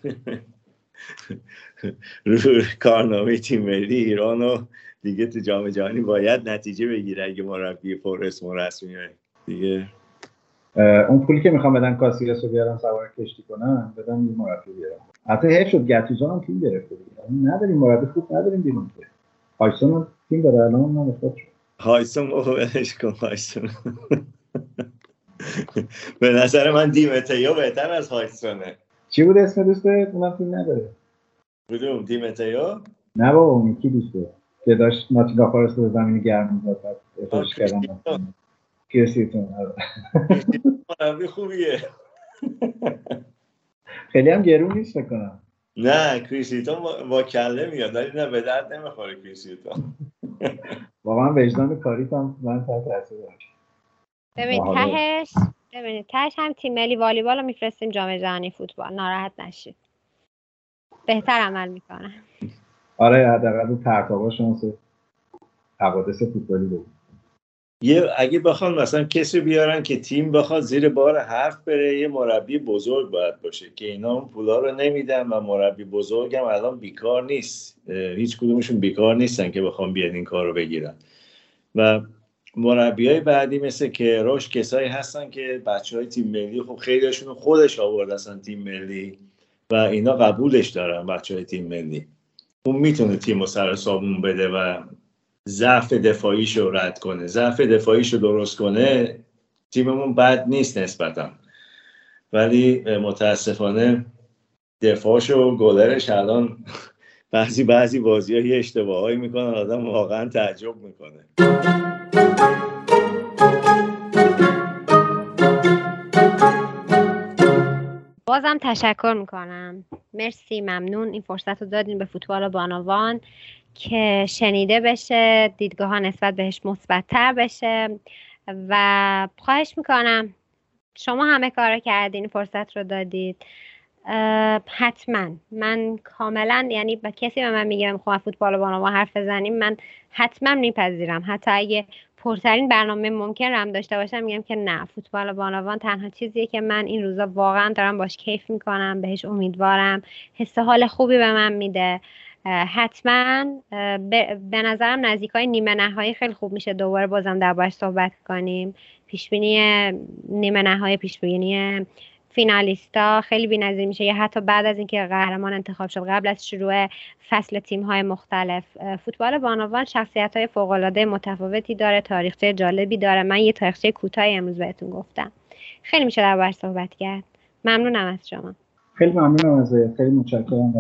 رو کارنامه تیم ملی ایران و دیگه تو جام جهانی باید نتیجه بگیره. اگه مربی پر اسم و رسمیه دیگه اون پولی که میخوام بدن کاسیاس رو بیارن سوار کشتی کنن بدن یه مربی بیارن. حتی حیف شد گتوزو هم تیم گرفته دیگه. نداریم مربی خوب نداریم بیرون که. هایسون هم تیم داره الان من اخراج شد. هایسون ولش کن هایسون. به نظر من دیمتیو بهتر از هایسونه. چی بود اسم دوستت؟ اونم تیم نداره. کدوم دیمتیو؟ نه بابا اون کی دوسته که داشت ناتینگهام فارست رو زمین گرم می‌زد بعد اخراج کردن. کریستیتون مربی خوبیه. خیلی هم گرون نیست فکر کنم. نه کریستیتون با کله میاد، ولی نه به درد نمیخوره کریستیتون. واقعا وجدان کاریت هم من تحت تاثیر دارم. ببینید تهش هم تیم ملی والیبال رو میفرستیم جام جهانی فوتبال، ناراحت نشید. بهتر عمل میکنن. آره حداقل پرتاباشون واسه حوادث فوتبالی بود. اگه بخوان مثلا کسی بیارن که تیم بخواد زیر بار حرف بره، یه مربی بزرگ باید باشه که اینا اون پولا رو نمیدن و مربی بزرگ هم الان بیکار نیست. هیچ کدومشون بیکار نیستن که بخوان بیان این کار رو بگیرن. و مربیای بعدی مثل که روش کسایی هستن که بچهای تیم ملی خب خیلیشون خودش آورد اصلا تیم ملی و اینا قبولش دارن. بچهای تیم ملی اون میتونه تیمو سر صابون بده و ضعف دفاعیشو رد کنه، ضعف دفاعیشو درست کنه. تیممون بد نیست نسبتا، ولی متاسفانه دفاعش و گلرش الان بعضی بازی‌ها یه اشتباهایی میکنن آدم واقعا تعجب میکنه. بازم تشکر میکنم. مرسی، ممنون این فرصت رو دادین به فوتبال بانوان که شنیده بشه، دیدگاه ها نسبت بهش مثبت‌تر بشه و خواهش میکنم شما همه کار کردین، فرصت رو دادید. حتما من کاملا یعنی با کسی به من میگه میخوام فوتبال بانوان حرف بزنیم، من حتما میپذیرم. حتی اگه پرترین برنامه ممکن هم داشته باشم میگم که نه، فوتبال بانوان تنها چیزیه که من این روزا واقعا دارم باش کیف میکنم، بهش امیدوارم، حس حال خوبی به من میده. حتما به نظرم نزدیکای نیمه نهایی خیلی خوب میشه دوباره بازم دربارش صحبت کنیم. پیشبینی نیمه نهایی، پیشبینی فینالیستا خیلی بی‌نظیر میشه، یا حتی بعد از اینکه قهرمان انتخاب شد قبل از شروع فصل تیم‌های مختلف. فوتبال بانوان شخصیت‌های فوق‌العاده متفاوتی داره، تاریخچه جالبی داره. من یه تاریخچه کوتاهی امروز بهتون گفتم، خیلی میشه دربارش صحبت کرد. ممنونم از شما. خیلی ممنونم ازت، خیلی متشکرم وحید.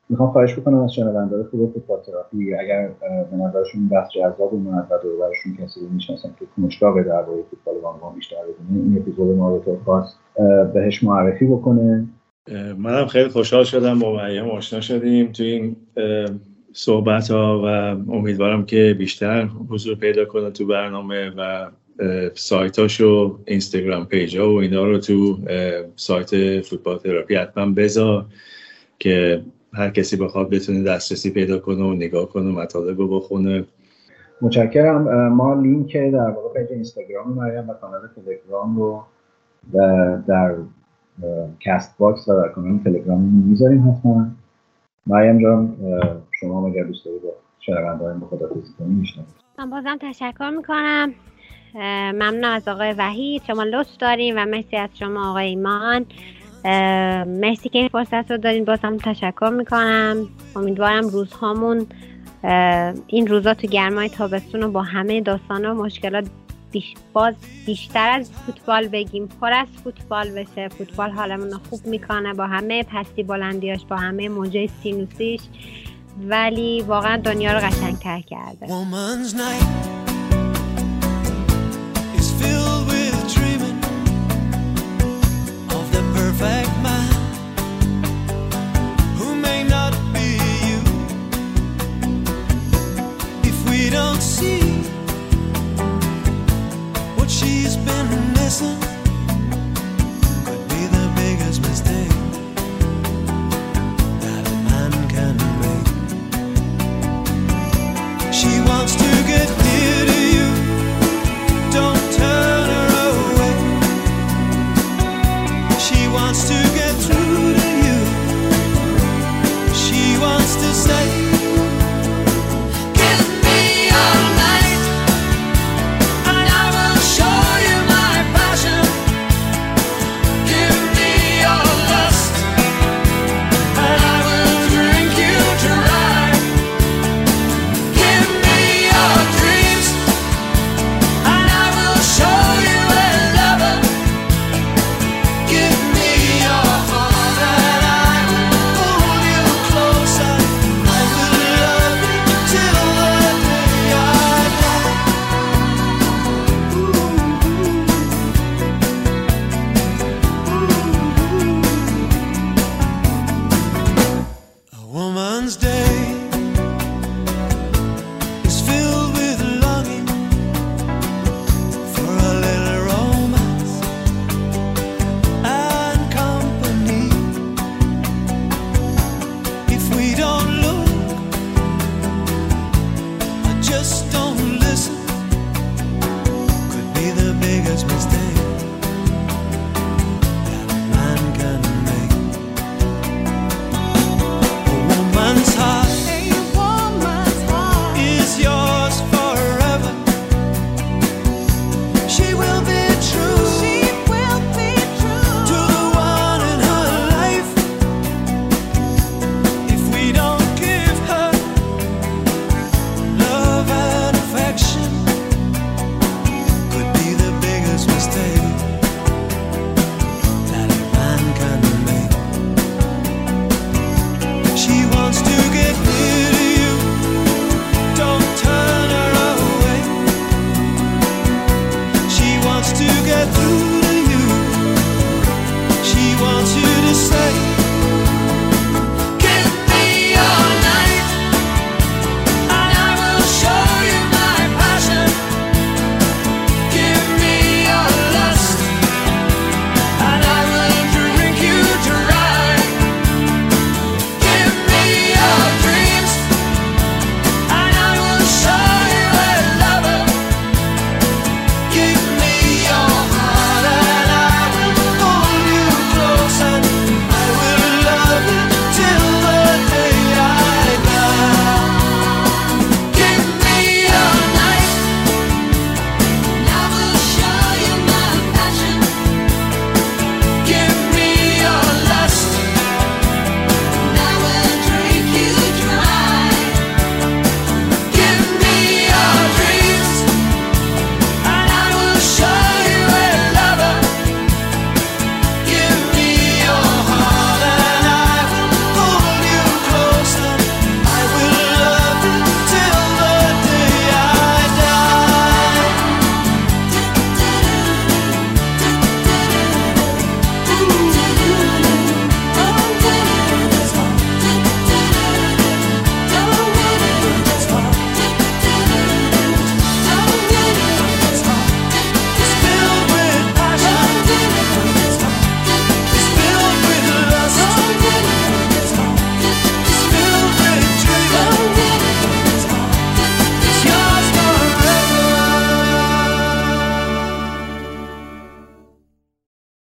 میخوام خواهش بکنم از شنونده‌های خوب فوتبال تراپی اگر به نظرشون بحث جذاب اومد و دور و برشون کسی رو میشناسن که کنجکاو درباره فوتبال بانوان بیشتر بدونه، این اپیزود ما رو طور خاص بهش معرفی بکنه. منم خیلی خوشحال شدم با مریم آشنا شدیم تو این صحبت ها و امیدوارم که بیشتر حضور پیدا کنه تو برنامه و سایتاش و اینستاگرام پیج ها و اینا رو تو سایت فوتبال تراپی حتما بذار که هر کسی بخواد بتونه دسترسی پیدا کنه و نگاه کنه و مطالب رو بخونه. متشکرم. ما لینک در واقع پیج اینستاگرام مریم و کانال تلگرام رو در کست باکس و در کانال تلگرام میذاریم حتما. مریم جان شما اگر دوست دارید با شنونده‌های خداحافظی کنید میشنم. من بازم تشکر میکنم. ممنونم از آقای وحید، شما لطف دارین و مرسی از شما آقای ایمان. مرسی که این فرصت رو دارین. بازم تشکر میکنم. امیدوارم روزهامون این روزا تو گرمای تابستون رو با همه داستانا و مشکلات بیشتر از فوتبال بگیم، پر از فوتبال بشه. فوتبال حالمون رو خوب میکنه با همه پستی بلندیاش، با همه موجه سینوسیش، ولی واقعا دنیا رو قشنگ‌تر کرده.